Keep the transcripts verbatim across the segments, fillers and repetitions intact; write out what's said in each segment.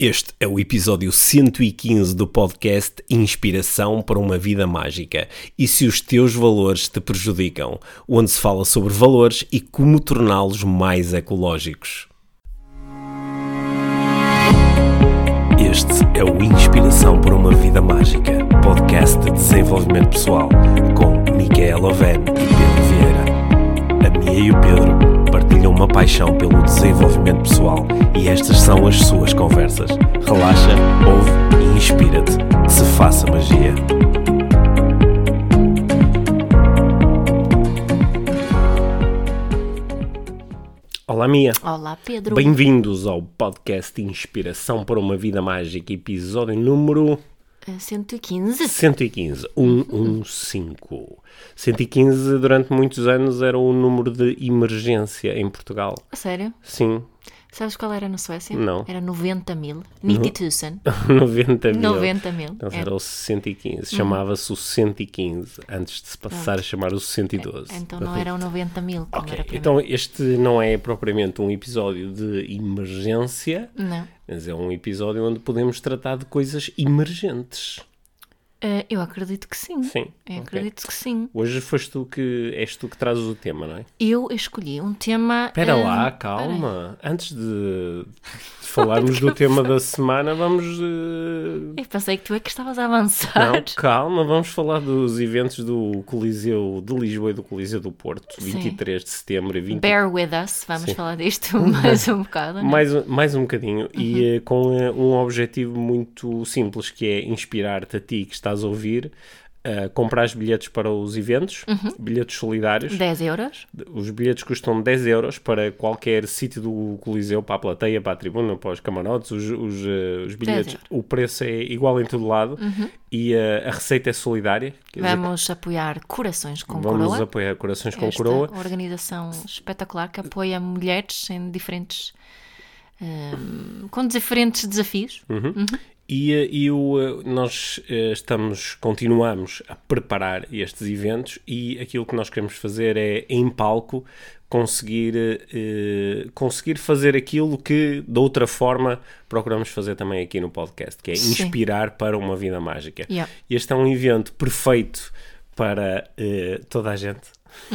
Este é o episódio cento e quinze do podcast Inspiração para uma Vida Mágica. E se os teus valores te prejudicam? Onde se fala sobre valores e como torná-los mais ecológicos. Este é o Inspiração para uma Vida Mágica, podcast de desenvolvimento pessoal, com Micaela Oven e Pedro Vieira. A Mia e o Pedro partilham uma paixão pelo desenvolvimento pessoal e estas são as suas conversas. Relaxa, ouve e inspira-te. Que se faça magia. Olá, Mia. Olá, Pedro. Bem-vindos ao podcast Inspiração para uma Vida Mágica, episódio número... cento e quinze. cento e quinze. cento e quinze. cento e quinze durante muitos anos era o número de emergência em Portugal. A sério? Sim. Sabes qual era na Suécia? Não. Era noventa mil. noventa tusen. noventa mil. noventa mil. Então era. era o cento e quinze. Chamava-se o cento e quinze, antes de se passar Pronto. a chamar o cento e doze. Então não eram noventa mil, como Ok, era primeiro. então este não é propriamente um episódio de emergência, Não. mas é um episódio onde podemos tratar de coisas emergentes. Uh, eu acredito que sim. Sim. Eu ok. acredito que sim. Hoje foste tu que, és tu que trazes o tema, não é? Eu escolhi um tema... Espera uh, lá, peraí. calma. Antes de, de falarmos do tema da semana, vamos... uh, Eu pensei que tu é que estavas a avançar. Não, calma, vamos falar dos eventos do Coliseu de Lisboa e do Coliseu do Porto, Sim. vinte e três de setembro e vinte... Bear with us. Vamos Sim. falar disto mais um bocado. Não? Mais, um- mais um bocadinho, Uhum. e uh, com uh, um objetivo muito simples, que é inspirar-te a ti que estás a ouvir, a comprar bilhetes para os eventos, bilhetes solidários. dez euros. Os bilhetes custam dez euros para qualquer sítio do Coliseu, para a plateia, para a tribuna, para os camarotes. Os, os, uh, os bilhetes, euros. o preço é igual em todo lado e uh, a receita é solidária. Quer dizer, Vamos apoiar Corações com vamos Coroa. apoiar Corações com Esta Coroa. organização espetacular que apoia mulheres em diferentes... hum, com diferentes desafios. Uhum. E, eh, e o, eh, nós eh, estamos, continuamos a preparar estes eventos e aquilo que nós queremos fazer é, em palco, conseguir, eh, conseguir fazer aquilo que, de outra forma, procuramos fazer também aqui no podcast, que é Sim. inspirar para uma vida mágica. Yeah. Este é um evento perfeito para eh, toda a gente.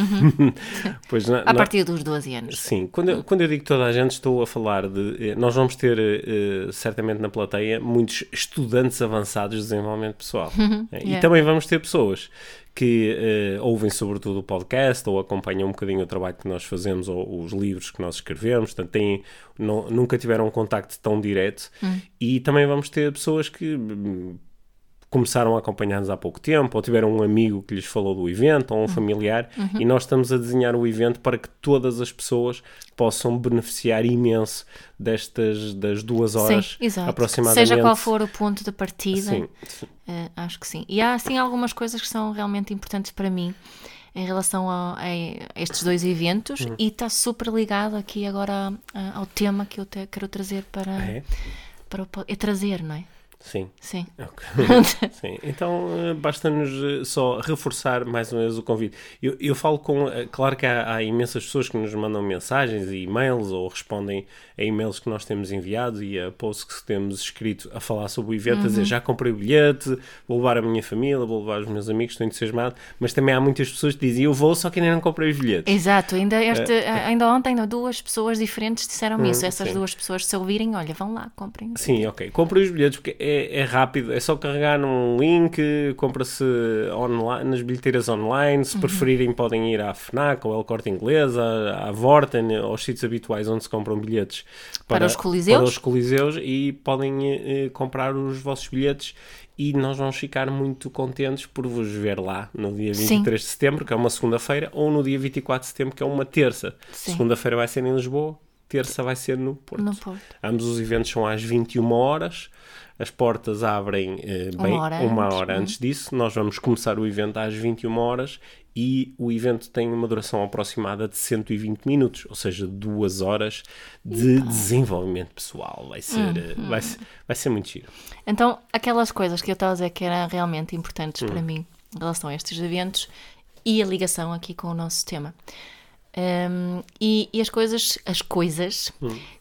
Pois na- A na- partir dos doze anos. Sim, quando eu, quando eu digo toda a gente, estou a falar de... eh, Nós vamos ter, eh, certamente na plateia, muitos estudantes avançados de desenvolvimento pessoal. Eh, E yeah. também vamos ter pessoas que eh, ouvem sobretudo o podcast ou acompanham um bocadinho o trabalho que nós fazemos ou os livros que nós escrevemos, portanto têm, não- nunca tiveram um contacto tão direto. E também vamos ter pessoas que... hum, começaram a acompanhar-nos há pouco tempo, ou tiveram um amigo que lhes falou do evento, ou um familiar, e nós estamos a desenhar o evento para que todas as pessoas possam beneficiar imenso destas das duas horas, Sim, exato. aproximadamente. Seja qual for o ponto de partida, Sim, sim. eh, acho que sim. E há, assim, algumas coisas que são realmente importantes para mim em relação a, a estes dois eventos Uhum. e está super ligado aqui agora a- ao tema que eu te- quero trazer para, É? para o... po- É trazer, não é? Sim. Sim. Ok. Sim. Então eh, basta-nos eh, só reforçar mais uma vez o convite. Eu, eu falo com... eh, Claro que há, há imensas pessoas que nos mandam mensagens e e-mails ou respondem a e-mails que nós temos enviado e a posts que temos escrito a falar sobre o evento, a dizer já comprei o bilhete, vou levar a minha família, vou levar os meus amigos, estou entusiasmado, mas também há muitas pessoas que dizem eu vou, só que ainda não comprei os bilhetes. Exato, ainda, este, ainda ontem ainda duas pessoas diferentes disseram isso. Essas sim. duas pessoas, se ouvirem, olha, vão lá, comprem. Sim, ok. Comprem os bilhetes porque é, é rápido, é só carregar num link, compra-se online, nas bilheteiras online, se preferirem podem ir à FNAC ou ao Corte Inglês, à, à Vorten, aos sítios habituais onde se compram bilhetes Para os coliseus. para os coliseus e podem eh, comprar os vossos bilhetes e nós vamos ficar muito contentes por vos ver lá no dia vinte e três de setembro, que é uma segunda-feira, ou no dia vinte e quatro de setembro, que é uma terça. Sim. Segunda-feira vai ser em Lisboa, terça vai ser no Porto. No Porto. Ambos os eventos são às vinte e uma horas. As portas abrem eh, bem Uma hora uma antes, hora não é? antes disso. Nós vamos começar o evento às vinte e uma horas e o evento tem uma duração aproximada de cento e vinte minutos, ou seja, duas horas de desenvolvimento pessoal. Vai ser, eh, vai ser, vai ser muito giro. Então, aquelas coisas que eu estava a dizer que eram realmente importantes para mim em relação a estes eventos e a ligação aqui com o nosso tema. Um, e, e as coisas, as coisas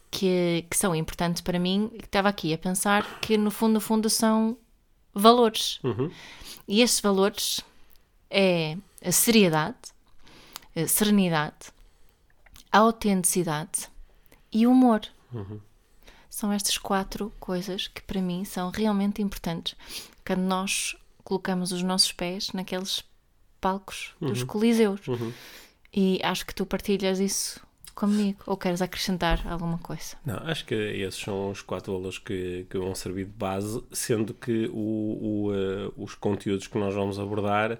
que, que são importantes para mim, estava aqui a pensar que no fundo, no fundo são valores. Uhum. E estes valores é a seriedade, a serenidade, a autenticidade e o humor. Uhum. São estas quatro coisas que para mim são realmente importantes quando nós colocamos os nossos pés naqueles palcos dos uhum. coliseus. Uhum. E acho que tu partilhas isso comigo. Ou queres acrescentar alguma coisa? Não, acho que esses são os quatro valores que, que vão servir de base, sendo que o, o, uh, os conteúdos que nós vamos abordar...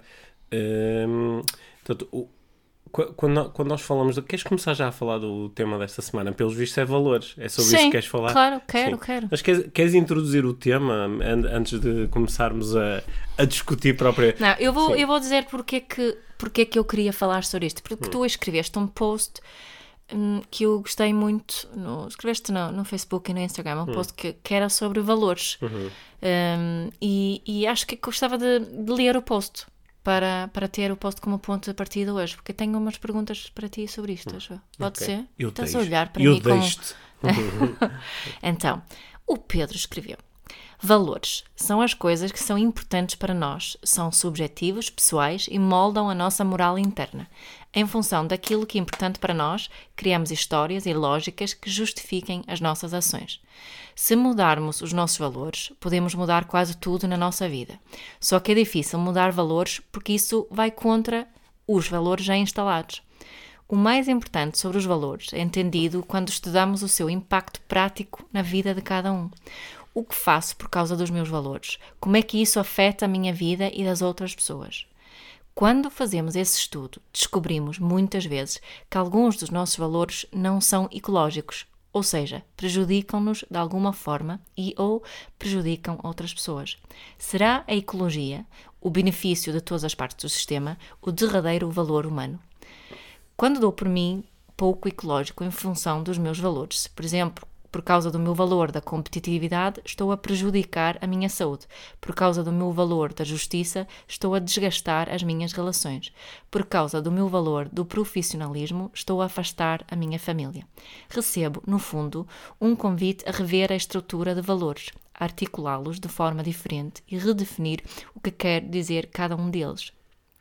Um, portanto, o, Quando, quando nós falamos... De, queres começar já a falar do tema desta semana? Pelos vistos é valores. É sobre Sim, isso que queres falar? Claro, quero, Sim. quero. Mas queres, queres introduzir o tema an, antes de começarmos a, a discutir própria... Não, eu vou, eu vou dizer porque é, que, porque é que eu queria falar sobre isto. Porque hum. tu escreveste um post hum, que eu gostei muito. No, escreveste no, no Facebook e no Instagram. Um hum. post que, que era sobre valores. Uhum. Um, e, e acho que gostava de, de ler o post. Para, para ter o post como ponto de partida hoje, porque tenho umas perguntas para ti sobre isto. Hum, Pode okay. ser? Eu Estás deixo. a olhar para eu mim deixo-te. como... Então, o Pedro escreveu: valores são as coisas que são importantes para nós, são subjetivos, pessoais e moldam a nossa moral interna. Em função daquilo que é importante para nós, criamos histórias e lógicas que justifiquem as nossas ações. Se mudarmos os nossos valores, podemos mudar quase tudo na nossa vida. Só que é difícil mudar valores porque isso vai contra os valores já instalados. O mais importante sobre os valores é entendido quando estudamos o seu impacto prático na vida de cada um. O que faço por causa dos meus valores? Como é que isso afeta a minha vida e das outras pessoas? Quando fazemos esse estudo, descobrimos muitas vezes que alguns dos nossos valores não são ecológicos, ou seja, prejudicam-nos de alguma forma e ou prejudicam outras pessoas. Será a ecologia, o benefício de todas as partes do sistema, o derradeiro valor humano? Quando dou por mim pouco ecológico em função dos meus valores, por exemplo, por causa do meu valor da competitividade, estou a prejudicar a minha saúde. Por causa do meu valor da justiça, estou a desgastar as minhas relações. Por causa do meu valor do profissionalismo, estou a afastar a minha família. Recebo, no fundo, um convite a rever a estrutura de valores, a articulá-los de forma diferente e redefinir o que quer dizer cada um deles.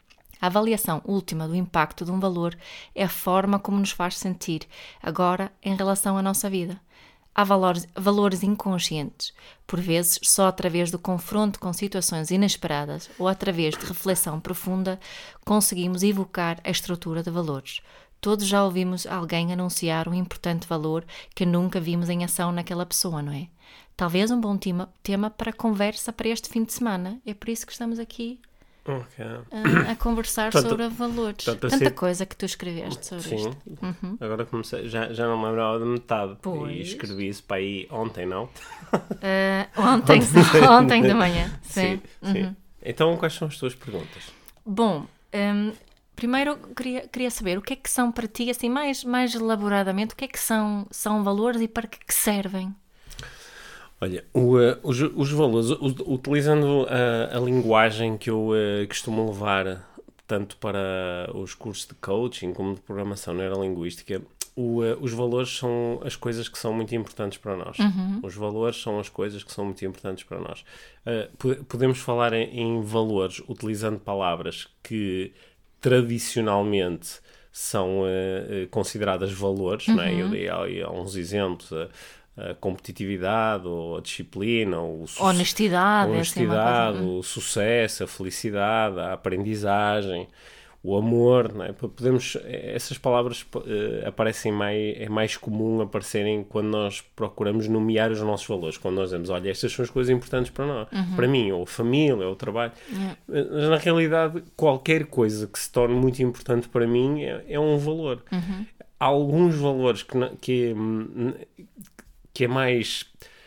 A avaliação última do impacto de um valor é a forma como nos faz sentir, agora, em relação à nossa vida. Há valores, valores inconscientes, por vezes só através do confronto com situações inesperadas ou através de reflexão profunda conseguimos evocar a estrutura de valores. Todos já ouvimos alguém anunciar um importante valor que nunca vimos em ação naquela pessoa, não é? Talvez um bom tema, tema para conversa para este fim de semana. É por isso que estamos aqui okay. a, a conversar tanto, sobre valores. tanto Tanta assim, coisa que tu escreveste sobre sim. isto. Uhum. Agora comecei, já, já não me lembrava de metade. Pois. E escrevi isso para aí ontem, não? Uh, ontem, ontem de manhã. Sim. Sim, sim. Uhum. Então, quais são as tuas perguntas? Bom, um, primeiro queria, queria saber o que é que são para ti, assim, mais, mais elaboradamente, o que é que são, são valores e para que, que servem? Olha, o, uh, os, os valores, o, utilizando a, a linguagem que eu uh, costumo levar tanto para os cursos de coaching como de programação neurolinguística, o, uh, os valores são as coisas que são muito importantes para nós. Uhum. Os valores são as coisas que são muito importantes para nós. Uh, podemos falar em, em valores utilizando palavras que tradicionalmente são uh, consideradas valores, uhum. não é? Eu dei há, há uns exemplos... Uh, a competitividade, ou a disciplina, ou o honestidade, a honestidade assim, o sucesso, a felicidade, a aprendizagem, o amor, não é? Podemos, essas palavras uh, aparecem mais, é mais comum aparecerem quando nós procuramos nomear os nossos valores, quando nós dizemos, olha, estas são as coisas importantes para nós, uhum. para mim, ou a família, ou o trabalho. Yeah. Mas na realidade, qualquer coisa que se torne muito importante para mim é, é um valor. Uhum. Há alguns valores que, que que é mais...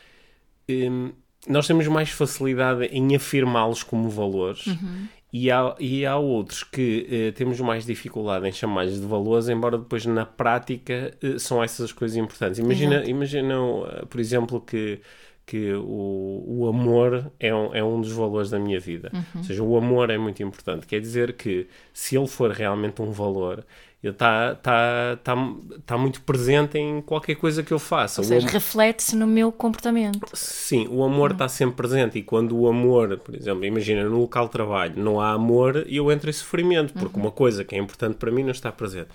Um, nós temos mais facilidade em afirmá-los como valores uhum. e, há, e há outros que uh, temos mais dificuldade em chamar-lhes de valores, embora depois na prática uh, são essas as coisas importantes. Imagina, imagina uh, por exemplo, que, que o, o amor é um, é um dos valores da minha vida. Uhum. Ou seja, o amor é muito importante. Quer dizer que se ele for realmente um valor... Ele está tá, tá, tá muito presente em qualquer coisa que eu faça. Ou seja, o am... reflete-se no meu comportamento. Sim, o amor está hum. sempre presente. E quando o amor, por exemplo, imagina, no local de trabalho não há amor, eu entro em sofrimento, porque uhum. uma coisa que é importante para mim não está presente.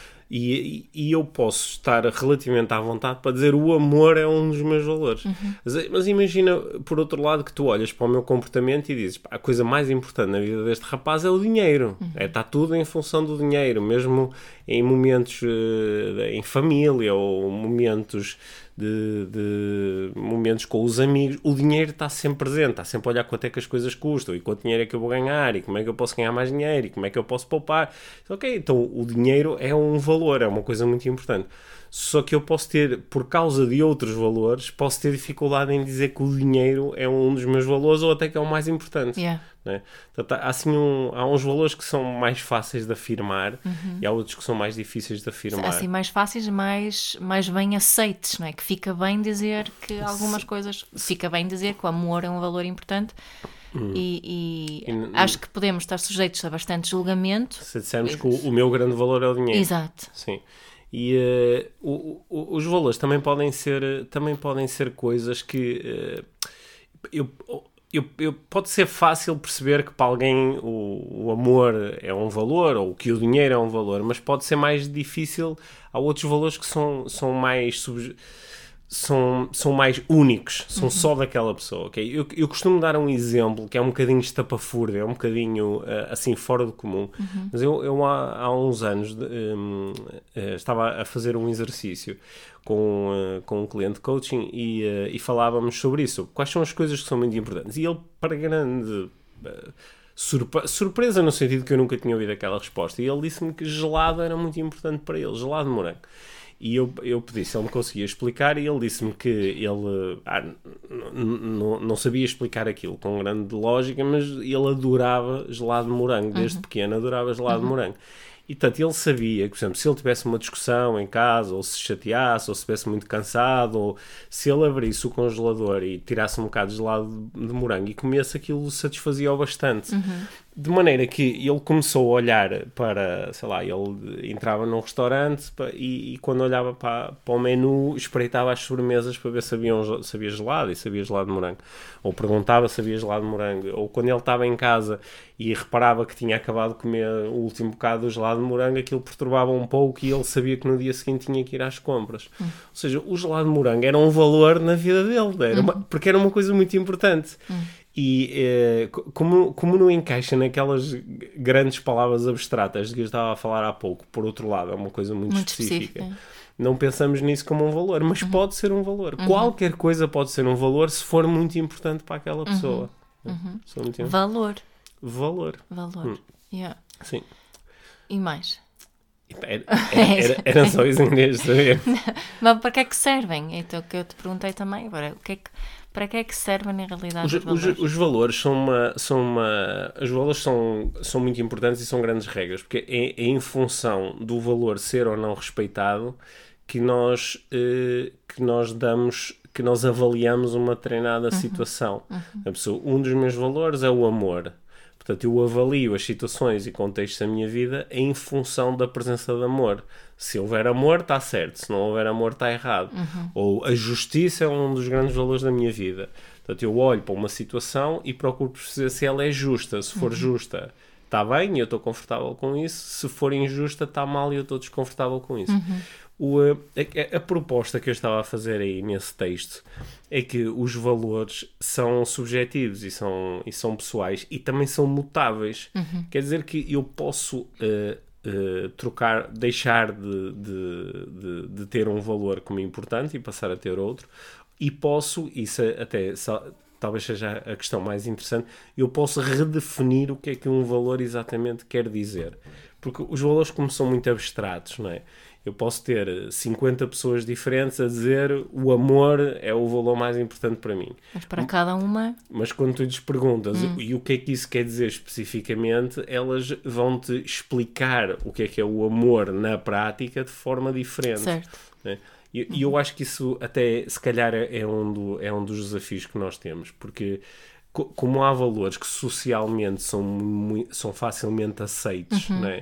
E, e, e eu posso estar relativamente à vontade para dizer o amor é um dos meus valores. Uhum. Mas, mas imagina, por outro lado, que tu olhas para o meu comportamento e dizes, pá, a coisa mais importante na vida deste rapaz é o dinheiro. Uhum. É, está tudo em função do dinheiro, mesmo em momentos uh, em família ou momentos de, de momentos com os amigos. O dinheiro está sempre presente, está sempre a olhar quanto é que as coisas custam e quanto dinheiro é que eu vou ganhar e como é que eu posso ganhar mais dinheiro e como é que eu posso poupar. Ok, então o dinheiro é um valor, é uma coisa muito importante. Só que eu posso ter, por causa de outros valores, posso ter dificuldade em dizer que o dinheiro é um dos meus valores ou até que é o mais importante. Yeah. Né? Então, há, assim, um, há uns valores que são mais fáceis de afirmar uhum. e há outros que são mais difíceis de afirmar. Assim, mais fáceis, mais, mais bem aceites, não é? Que fica bem dizer que algumas se, coisas... Fica bem dizer que o amor é um valor importante hum. e, e, e acho que podemos estar sujeitos a bastante julgamento. Se dissermos que o, o meu grande valor é o dinheiro. Exato. Sim. E uh, o, o, os valores também podem ser, também podem ser coisas que... Uh, eu... Eu, eu, pode ser fácil perceber que para alguém o, o amor é um valor ou que o dinheiro é um valor, mas pode ser mais difícil. Há outros valores que são, são mais sub, são, são mais únicos, são uhum. só daquela pessoa. Okay? Eu, eu costumo dar um exemplo que é um bocadinho estapafúrdia, é um bocadinho uh, assim fora do comum, uhum. mas eu, eu há, há uns anos de, um, uh, estava a fazer um exercício com, uh, com um cliente de coaching e, uh, e falávamos sobre isso. Quais são as coisas que são muito importantes? E ele, para grande uh, surpre- surpresa no sentido que eu nunca tinha ouvido aquela resposta, e ele disse-me que gelado era muito importante para ele, gelado de morango. E eu, eu pedi se ele me conseguia explicar e ele disse-me que ele ah, não sabia explicar aquilo com grande lógica, mas ele adorava gelado de morango, desde uhum. pequeno adorava gelado uhum. de morango. E, portanto, ele sabia que, por exemplo, se ele tivesse uma discussão em casa, ou se chateasse, ou se estivesse muito cansado, ou se ele abrisse o congelador e tirasse um bocado de gelado de morango e comesse, aquilo satisfazia-o bastante. Uhum. De maneira que ele começou a olhar para, sei lá, ele entrava num restaurante e, e quando olhava para, para o menu, espreitava as sobremesas para ver se havia, um, se havia gelado, e se havia gelado de morango. Ou perguntava se havia gelado de morango. Ou quando ele estava em casa e reparava que tinha acabado de comer o último bocado do gelado de morango, aquilo perturbava um pouco e ele sabia que no dia seguinte tinha que ir às compras. Uhum. Ou seja, o gelado de morango era um valor na vida dele, era uma, porque era uma coisa muito importante. Uhum. E eh, como, como não encaixa naquelas grandes palavras abstratas de que eu estava a falar há pouco, por outro lado, é uma coisa muito, muito específica. específica. Não pensamos nisso como um valor, mas uhum. pode ser um valor. Uhum. Qualquer coisa pode ser um valor se for muito importante para aquela pessoa. Uhum. Uhum. Muito valor. Valor. Valor. Hum. Yeah. Sim. E mais? Era, era, era só isso em vez de saber. Mas para que é que servem? Então, o que eu te perguntei também agora, o que é que... Para que é que servem na realidade os, os valores? Os, os valores são uma... São uma os valores são, são muito importantes e são grandes regras, porque é, é em função do valor ser ou não respeitado que nós, eh, que nós damos... que nós avaliamos uma determinada uhum. situação. Uhum. Um dos meus valores é o amor. Portanto, eu avalio as situações e contextos da minha vida em função da presença de amor. Se houver amor, está certo. Se não houver amor, está errado. Uhum. Ou a justiça é um dos grandes valores da minha vida. Portanto, eu olho para uma situação e procuro perceber se ela é justa. Se for uhum. justa, está bem e eu estou confortável com isso. Se for injusta, está mal e eu estou desconfortável com isso. Uhum. O, a, a, a proposta que eu estava a fazer aí nesse texto é que os valores são subjetivos e são, e são pessoais e também são mutáveis. Uhum. Quer dizer que eu posso uh, uh, trocar, deixar de, de, de, de ter um valor como importante e passar a ter outro, e posso, isso até talvez seja a questão mais interessante, eu posso redefinir o que é que um valor exatamente quer dizer. Porque os valores, como são muito abstratos, não é? Eu posso ter cinquenta pessoas diferentes a dizer o amor é o valor mais importante para mim. Mas para cada uma... Mas quando tu lhes perguntas hum. e o que é que isso quer dizer especificamente, elas vão-te explicar o que é que é o amor na prática de forma diferente. Certo. Né? E uhum. eu acho que isso até, se calhar, é um, do, é um dos desafios que nós temos. Porque como há valores que socialmente são, muito, são facilmente aceitos, uhum. não é?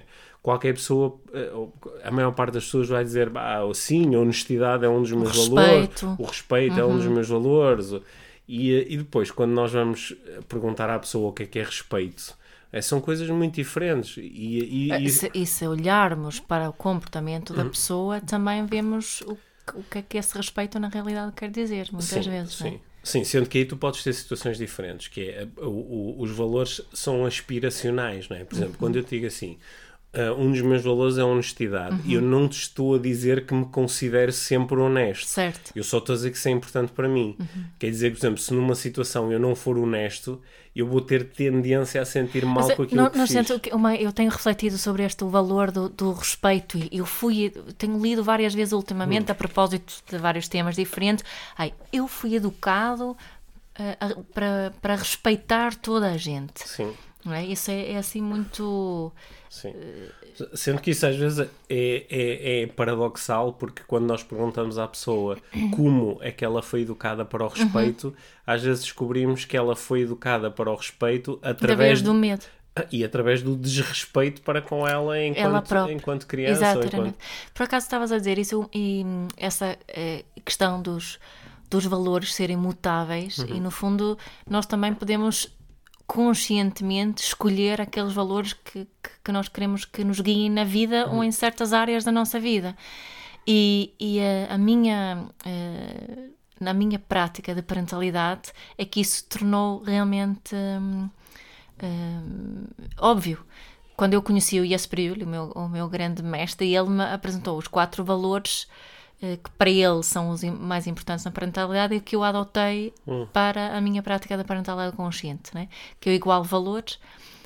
qualquer pessoa, a maior parte das pessoas vai dizer, ah, sim, a honestidade é um dos meus o valores, respeito. o respeito uhum. é um dos meus valores. E, e depois, quando nós vamos perguntar à pessoa o que é que é respeito, é, são coisas muito diferentes. E, e, e... Se, e se olharmos para o comportamento da uhum. pessoa, também vemos o, o que é que esse respeito na realidade quer dizer, muitas sim, vezes. Sim. Não é? Sim, sendo que aí tu podes ter situações diferentes, que é, o, o, os valores são aspiracionais, não é? Por exemplo, uhum. quando eu te digo assim, uh, um dos meus valores é a honestidade, uhum. e eu não te estou a dizer que me considero sempre honesto. Certo. Eu só estou a dizer que isso é importante para mim. Uhum. Quer dizer que, por exemplo, se numa situação eu não for honesto, eu vou ter tendência a sentir mal Mas, com aquilo não, que não fiz. Sinto que uma, eu tenho refletido sobre este o valor do, do respeito e eu fui, tenho lido várias vezes ultimamente, hum. a propósito de vários temas diferentes, ai, eu fui educado uh, uh, para, para respeitar toda a gente. Sim. Não é? Isso é, é assim muito... Sim. Sendo que isso às vezes é, é, é paradoxal, porque quando nós perguntamos à pessoa como é que ela foi educada para o respeito, uhum. às vezes descobrimos que ela foi educada para o respeito através, através do medo. E através do desrespeito para com ela enquanto, ela enquanto criança. Exatamente. Enquanto... Por acaso estavas a dizer isso, e essa é, questão dos, dos valores serem mutáveis, uhum. e no fundo nós também podemos conscientemente escolher aqueles valores que, que, que nós queremos que nos guiem na vida uhum. ou em certas áreas da nossa vida. E, e a, a minha, uh, na minha prática de parentalidade é que isso tornou realmente um, um, óbvio. Quando eu conheci o Jesper, o meu, o meu grande mestre, ele me apresentou os quatro valores que para ele são os mais importantes na parentalidade e que eu adotei hum. para a minha prática da parentalidade consciente, né? Que é o igual valores,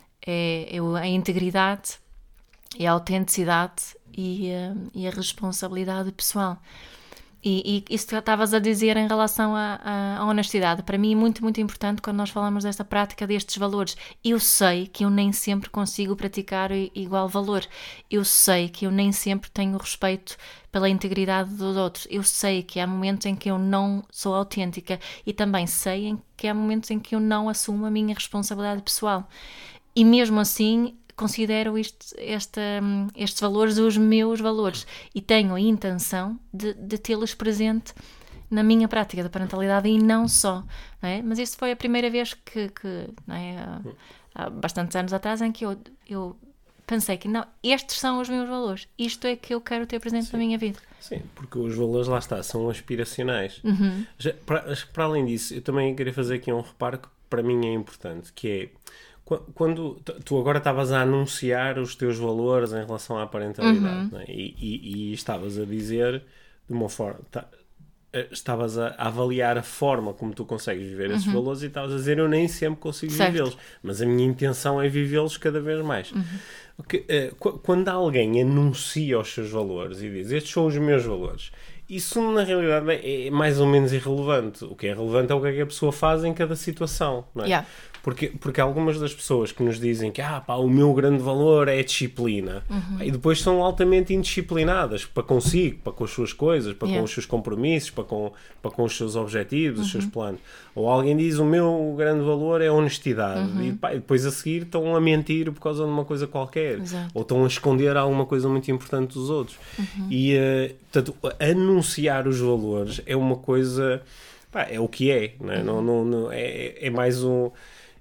é, é a integridade, é a autenticidade e a, e a responsabilidade pessoal. E, e isso que estavas a dizer em relação à, à honestidade, para mim é muito, muito importante quando nós falamos desta prática destes valores. Eu sei que eu nem sempre consigo praticar igual valor. Eu sei que eu nem sempre tenho respeito pela integridade dos outros. Eu sei que há momentos em que eu não sou autêntica e também sei que há momentos em que eu não assumo a minha responsabilidade pessoal. E mesmo assim... considero isto, esta, estes valores os meus valores e tenho a intenção de, de tê-los presente na minha prática da parentalidade e não só, não é? Mas isso foi a primeira vez que, que não é? há, há bastantes anos atrás em que eu, eu pensei que não, estes são os meus valores, isto é que eu quero ter presente Sim. na minha vida. Sim, porque os valores, lá está, são aspiracionais. Uhum. Já, para, para além disso, eu também queria fazer aqui um reparo que para mim é importante, que é quando tu agora estavas a anunciar os teus valores em relação à parentalidade, uhum. não é? e, e, e estavas a dizer de uma forma, tá, estavas a avaliar a forma como tu consegues viver esses uhum. valores e estavas a dizer eu nem sempre consigo certo. vivê-los, mas a minha intenção é vivê-los cada vez mais. Uhum. Okay, uh, quando alguém anuncia os seus valores e diz estes são os meus valores, isso na realidade é mais ou menos irrelevante. O que é relevante é o que é que a pessoa faz em cada situação, não é? Yeah. Porque, porque algumas das pessoas que nos dizem que ah, pá, o meu grande valor é a disciplina, uhum. e depois são altamente indisciplinadas para consigo, para com as suas coisas, para yeah. com os seus compromissos, para com, para com os seus objetivos, uhum. os seus planos. Ou alguém diz o meu grande valor é a honestidade, uhum. e, pá, e depois a seguir estão a mentir por causa de uma coisa qualquer. Exato. Ou estão a esconder alguma coisa muito importante dos outros. Uhum. E, uh, portanto, anunciar os valores é uma coisa... Pá, é o que é, não é? Uhum. Não, não, não, é, é mais um...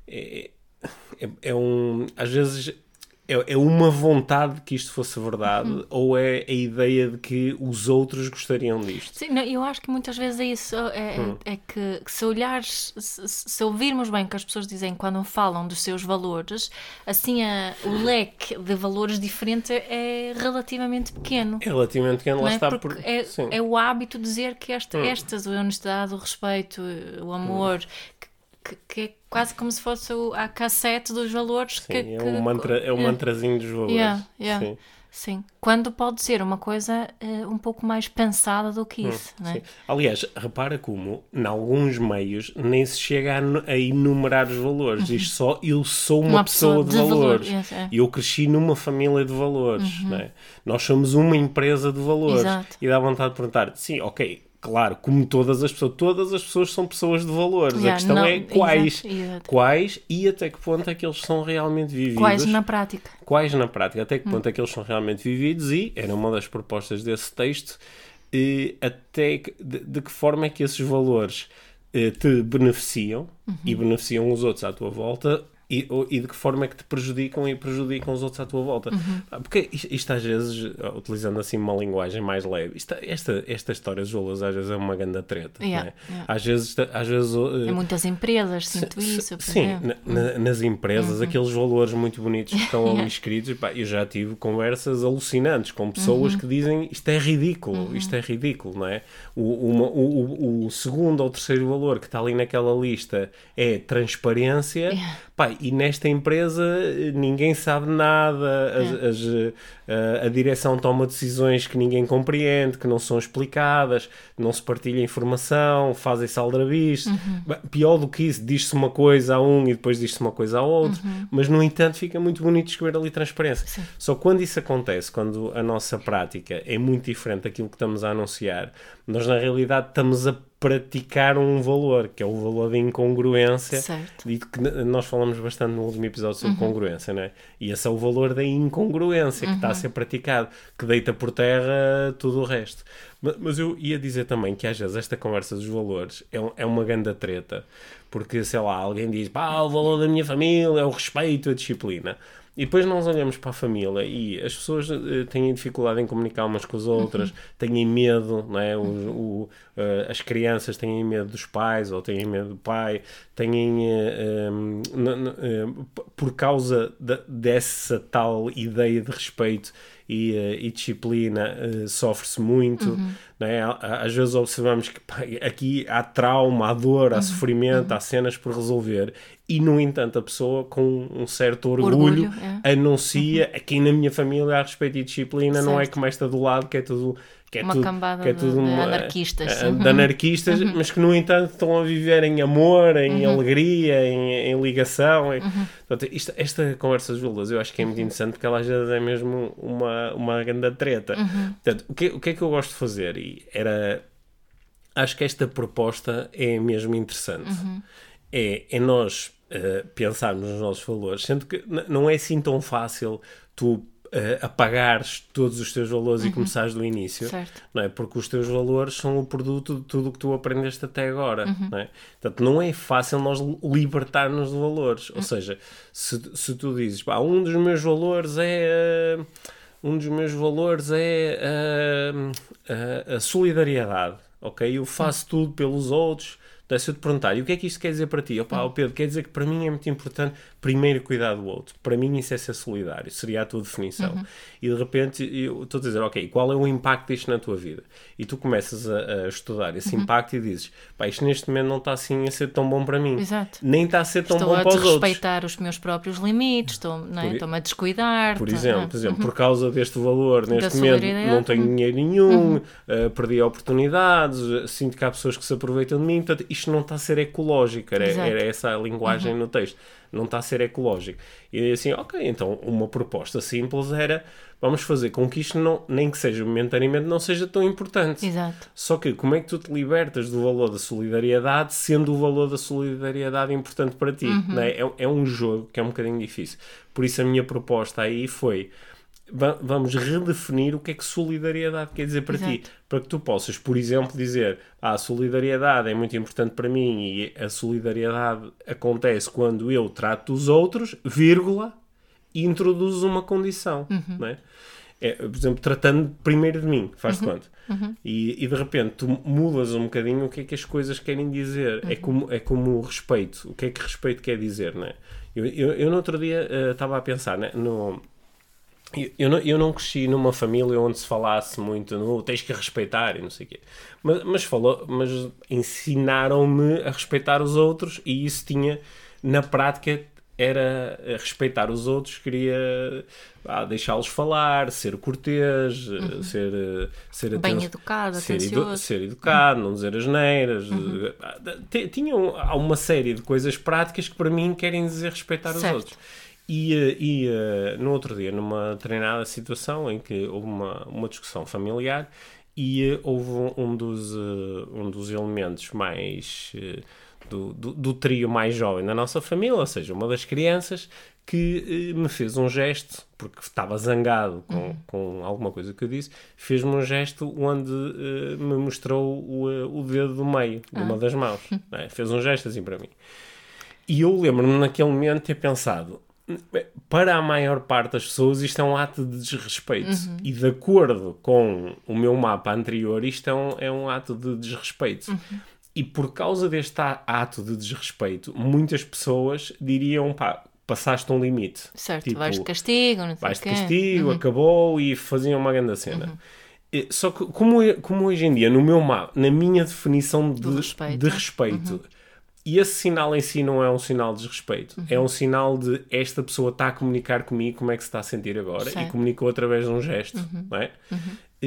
É, é, é um... Às vezes... É, é uma vontade que isto fosse verdade, uhum. ou é a ideia de que os outros gostariam disto? Sim, não, eu acho que muitas vezes é isso, é, uhum. é, é que, que se olhares, se, se ouvirmos bem o que as pessoas dizem quando falam dos seus valores, assim a, o leque de valores diferentes é, é relativamente pequeno. É relativamente pequeno, lá é? está. Porque por... é, é o hábito de dizer que esta, uhum. estas, a honestidade, o respeito, o amor... Uhum. Que, que é quase como se fosse a cassete dos valores. Sim, que, é, que, um mantra, é um yeah. mantrazinho dos valores. Yeah, yeah. Sim. Sim. Quando pode ser uma coisa uh, um pouco mais pensada do que isso. Hum, não é? Aliás, repara como, em alguns meios, nem se chega a, a enumerar os valores. Uhum. Diz só, eu sou uma, uma pessoa, pessoa de, de valores. Valor. Yes, é. Eu cresci numa família de valores. Uhum. Não é? Nós somos uma empresa de valores. Exato. E dá vontade de perguntar, sim, ok, Claro, como todas as pessoas, todas as pessoas são pessoas de valores. Yeah, a questão não, é quais, exato, exato. quais e até que ponto é que eles são realmente vividos. Quais na prática. Quais na prática, até que ponto hum. é que eles são realmente vividos e, era uma das propostas desse texto, e até que, de, de que forma é que esses valores eh, te beneficiam uhum. e beneficiam os outros à tua volta. E, e de que forma é que te prejudicam e prejudicam os outros à tua volta. Uhum. Porque isto, isto às vezes, utilizando assim uma linguagem mais leve, isto, esta, esta história dos valores às vezes é uma grande treta. Yeah, não é? yeah. Às vezes... Às vezes em muitas empresas sinto se, isso. Se, sim, na, na, nas empresas, uhum. aqueles valores muito bonitos que estão ali escritos, pá, eu já tive conversas alucinantes com pessoas uhum. que dizem isto é ridículo, uhum. isto é ridículo, não é? O, uma, o, o, o segundo ou terceiro valor que está ali naquela lista é transparência, yeah. pá, e nesta empresa ninguém sabe nada, as, é. as, a, a direção toma decisões que ninguém compreende, que não são explicadas, não se partilha informação, fazem-se aldrabices. Uhum. Pior do que isso, diz-se uma coisa a um e depois diz-se uma coisa a outro, uhum. mas no entanto fica muito bonito escrever ali transparência. Sim. Só quando isso acontece, quando a nossa prática é muito diferente daquilo que estamos a anunciar, nós na realidade estamos a praticar um valor, que é o valor da incongruência, certo. E que nós falamos bastante no último episódio sobre uhum. congruência, não é? E esse é o valor da incongruência que uhum. está a ser praticado, que deita por terra tudo o resto. Mas eu ia dizer também que às vezes esta conversa dos valores é, é uma grande treta, porque, sei lá, alguém diz, pá, o valor da minha família é o respeito, a disciplina. E depois nós olhamos para a família e as pessoas uh, têm dificuldade em comunicar umas com as outras, uhum. têm medo, não é? O, o, uh, as crianças têm medo dos pais ou têm medo do pai, têm, uh, um, uh, por causa de, dessa tal ideia de respeito e, uh, e disciplina, uh, sofre-se muito, uhum. não é? Às vezes observamos que pá, aqui há trauma, há dor, há uhum. sofrimento, uhum. há cenas por resolver. E, no entanto, a pessoa com um certo orgulho, orgulho é. anuncia uhum. aqui na minha família há respeito e disciplina, certo. Não é como esta do lado que é tudo... Que é uma tudo, cambada que é tudo de, uma, de anarquistas. De, de anarquistas, uhum. mas que, no entanto, estão a viver em amor, em uhum. alegria, em, em ligação. Em... Uhum. Portanto, isto, esta conversa dos valores eu acho que é muito uhum. interessante, porque ela às vezes é mesmo uma, uma grande treta. Uhum. Portanto, o que, o que é que eu gosto de fazer? E era... Acho que esta proposta é mesmo interessante. Uhum. É, é nós... Uh, pensarmos nos nossos valores, sendo que n- não é assim tão fácil tu uh, apagares todos os teus valores uhum. e começares do início, certo. Não é? Porque os teus valores são o produto de tudo o que tu aprendeste até agora, uhum. não é? Portanto, não é fácil nós libertar-nos de valores, uhum. ou seja, se, se tu dizes, pá, um dos meus valores é uh, um dos meus valores é uh, uh, a solidariedade, ok? Eu faço uhum. tudo pelos outros. Então, se eu te perguntar, e o que é que isto quer dizer para ti? Opa, oh Pedro, quer dizer que para mim é muito importante primeiro cuidar do outro. Para mim isso é ser solidário, seria a tua definição. Uhum. E de repente eu estou a dizer, ok, qual é o impacto disto na tua vida? E tu começas a, a estudar esse uhum. impacto e dizes, pá, isto neste momento não está assim a ser tão bom para mim. Exato. Nem está a ser tão estou bom para os outros. Estou a respeitar os meus próprios limites, estou, não é? Estou-me a descuidar. Por estou, exemplo, não. por, exemplo Uhum. por causa deste valor, neste momento não tenho uhum. dinheiro nenhum, uhum. uh, perdi oportunidades, uh, sinto que há pessoas que se aproveitam de mim, portanto isto não está a ser ecológico, era, era essa a linguagem uhum. no texto, não está a ser ecológico. E assim, ok, então uma proposta simples era, vamos fazer com que isto, não, nem que seja momentaneamente, não seja tão importante. Exato. Só que como é que tu te libertas do valor da solidariedade, sendo o valor da solidariedade importante para ti? Uhum. Não é? É, é um jogo que é um bocadinho difícil. Por isso a minha proposta aí foi, vamos redefinir o que é que solidariedade quer dizer para Exato. Ti, para que tu possas, por exemplo, dizer, ah, a solidariedade é muito importante para mim e a solidariedade acontece quando eu trato dos outros, vírgula, e introduzo uma condição, uhum. não é? É, por exemplo, tratando primeiro de mim, faz-te uhum. conta. Uhum. E, e de repente tu mudas um bocadinho o que é que as coisas querem dizer. Uhum. É, como, é como o respeito. O que é que respeito quer dizer, não é? Eu, eu, eu no outro dia estava uh, a pensar, né, no... Eu, eu, não, eu não cresci numa família onde se falasse muito no tens que respeitar e não sei o quê. Mas, mas, falou, mas ensinaram-me a respeitar os outros e isso tinha, na prática, era respeitar os outros, queria ah, deixá-los falar, ser cortês, uhum. ser, ser bem aten- educado, ser, atencioso. edu- ser educado, uhum. não dizer asneiras. Uhum. Tinham há uma série de coisas práticas que para mim querem dizer respeitar certo. Os outros. E, e uh, no outro dia, numa treinada situação em que houve uma, uma discussão familiar e uh, houve um, um, dos, uh, um dos elementos mais... Uh, do, do, do trio mais jovem da nossa família, ou seja, uma das crianças, que uh, me fez um gesto, porque estava zangado com, uhum. com alguma coisa que eu disse, fez-me um gesto onde uh, me mostrou o, uh, o dedo do meio, de uma ah. das mãos. Né? Fez um gesto assim para mim. E eu lembro-me naquele momento ter pensado, para a maior parte das pessoas isto é um ato de desrespeito. Uhum. E de acordo com o meu mapa anterior, isto é um, é um ato de desrespeito. Uhum. E por causa deste ato de desrespeito, muitas pessoas diriam, pá, passaste um limite. Certo, tipo, vais de castigo, não sei vais o de quê. castigo, Uhum. acabou, e faziam uma grande cena. Uhum. Só que, como, como hoje em dia, no meu mapa, na minha definição de respeito, de respeito uhum. e esse sinal em si não é um sinal de desrespeito, uhum. é um sinal de esta pessoa está a comunicar comigo como é que se está a sentir agora, certo. E comunicou através de um gesto, uhum. não é? Uhum.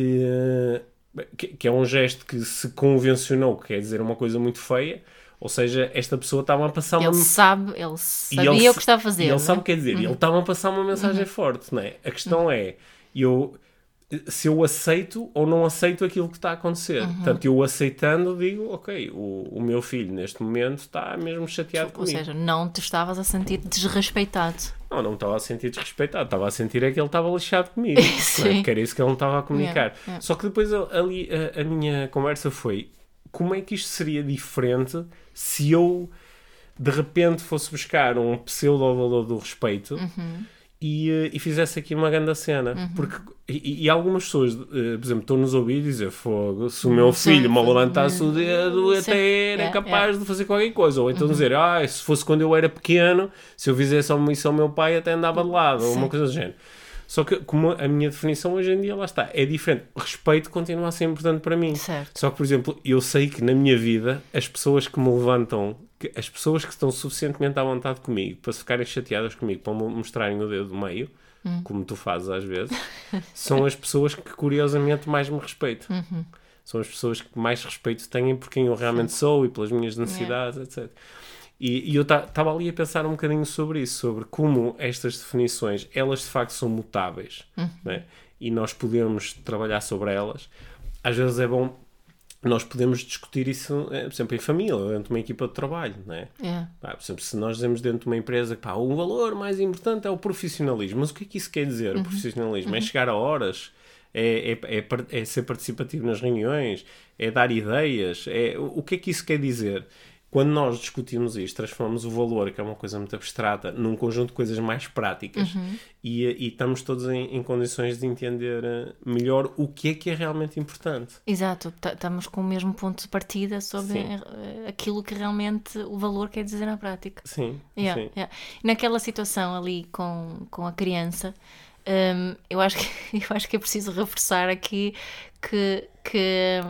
E, que, que é um gesto que se convencionou, que quer dizer uma coisa muito feia, ou seja, esta pessoa estava a passar ele uma... Sabe, ele sabia ele, o que está a fazer, e ele não é? sabe o que quer dizer, uhum. ele estava a passar uma mensagem uhum. forte, não é? A questão uhum. é, eu... se eu aceito ou não aceito aquilo que está a acontecer. Uhum. Portanto, eu aceitando, digo, ok, o, o meu filho neste momento está mesmo chateado ou comigo. Ou seja, não te estavas a sentir desrespeitado. Não, não estava a sentir desrespeitado. Estava a sentir é que ele estava lixado comigo. Sim. Não é? Porque era isso que ele não estava a comunicar. Yeah, yeah. Só que depois ali a, a minha conversa foi, como é que isto seria diferente se eu de repente fosse buscar um pseudo-valor do respeito uhum. E, e fizesse aqui uma grande cena. Uhum. Porque, e, e algumas pessoas, por exemplo, estão-nos a ouvir dizer, fogo, se o meu filho me levantasse o dedo, até era yeah, capaz yeah. de fazer qualquer coisa. Ou então uhum. dizer, ah, se fosse quando eu era pequeno, se eu fizesse isso ao meu pai, até andava de lado. Ou uma coisa do género. Só que, como a minha definição hoje em dia, lá está, é diferente. O respeito continua a ser importante para mim. Certo. Só que, por exemplo, eu sei que na minha vida, as pessoas que me levantam, que as pessoas que estão suficientemente à vontade comigo para se ficarem chateadas comigo, para me mostrarem o dedo do meio, hum. como tu fazes às vezes, são as pessoas que curiosamente mais me respeitam. Uhum. São as pessoas que mais respeito têm por quem eu realmente Sim. sou e pelas minhas necessidades, yeah. etcétera. E, e eu estava ali a pensar um bocadinho sobre isso, sobre como estas definições, elas de facto são mutáveis, uhum. né? E nós podemos trabalhar sobre elas. Às vezes é bom... Nós podemos discutir isso, por exemplo, em família, dentro de uma equipa de trabalho, não é? Yeah. Pá, por exemplo, se nós dizemos dentro de uma empresa que pá, o valor mais importante é o profissionalismo, mas o que é que isso quer dizer, uhum. o profissionalismo? Uhum. É chegar a horas? É, é, é, é ser participativo nas reuniões? É dar ideias? É, o que é que isso quer dizer? Quando nós discutimos isto, transformamos o valor, que é uma coisa muito abstrata, num conjunto de coisas mais práticas uhum. e, e estamos todos em, em condições de entender melhor o que é que é realmente importante. Exato, estamos com o mesmo ponto de partida sobre sim. aquilo que realmente o valor quer dizer na prática. Sim, yeah, sim. Yeah. Naquela situação ali com, com a criança, um, eu, acho que, eu acho que é preciso reforçar aqui que... que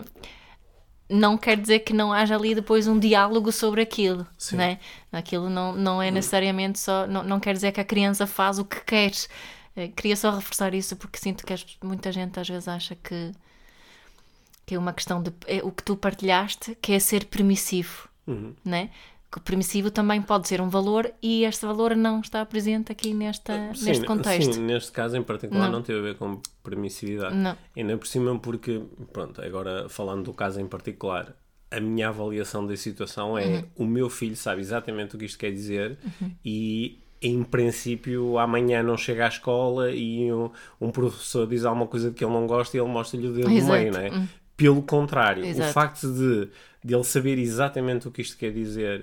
não quer dizer que não haja ali depois um diálogo sobre aquilo, né? Aquilo não, não é necessariamente só... Não, não quer dizer que a criança faz o que quer. Queria só reforçar isso porque sinto que muita gente às vezes acha que, que é uma questão de... É o que tu partilhaste, que é ser permissivo, uhum. né? Que o permissivo também pode ser um valor e este valor não está presente aqui nesta, sim, neste contexto. Sim, neste caso em particular não, não teve a ver com permissividade. Não. E nem por cima porque, pronto, agora falando do caso em particular, a minha avaliação da situação é uhum. o meu filho sabe exatamente o que isto quer dizer uhum. e em princípio amanhã não chega à escola e um, um professor diz alguma coisa de que ele não gosta e ele mostra-lhe o dedo no meio, não é? Uhum. Pelo contrário, Exato. O facto de, de ele saber exatamente o que isto quer dizer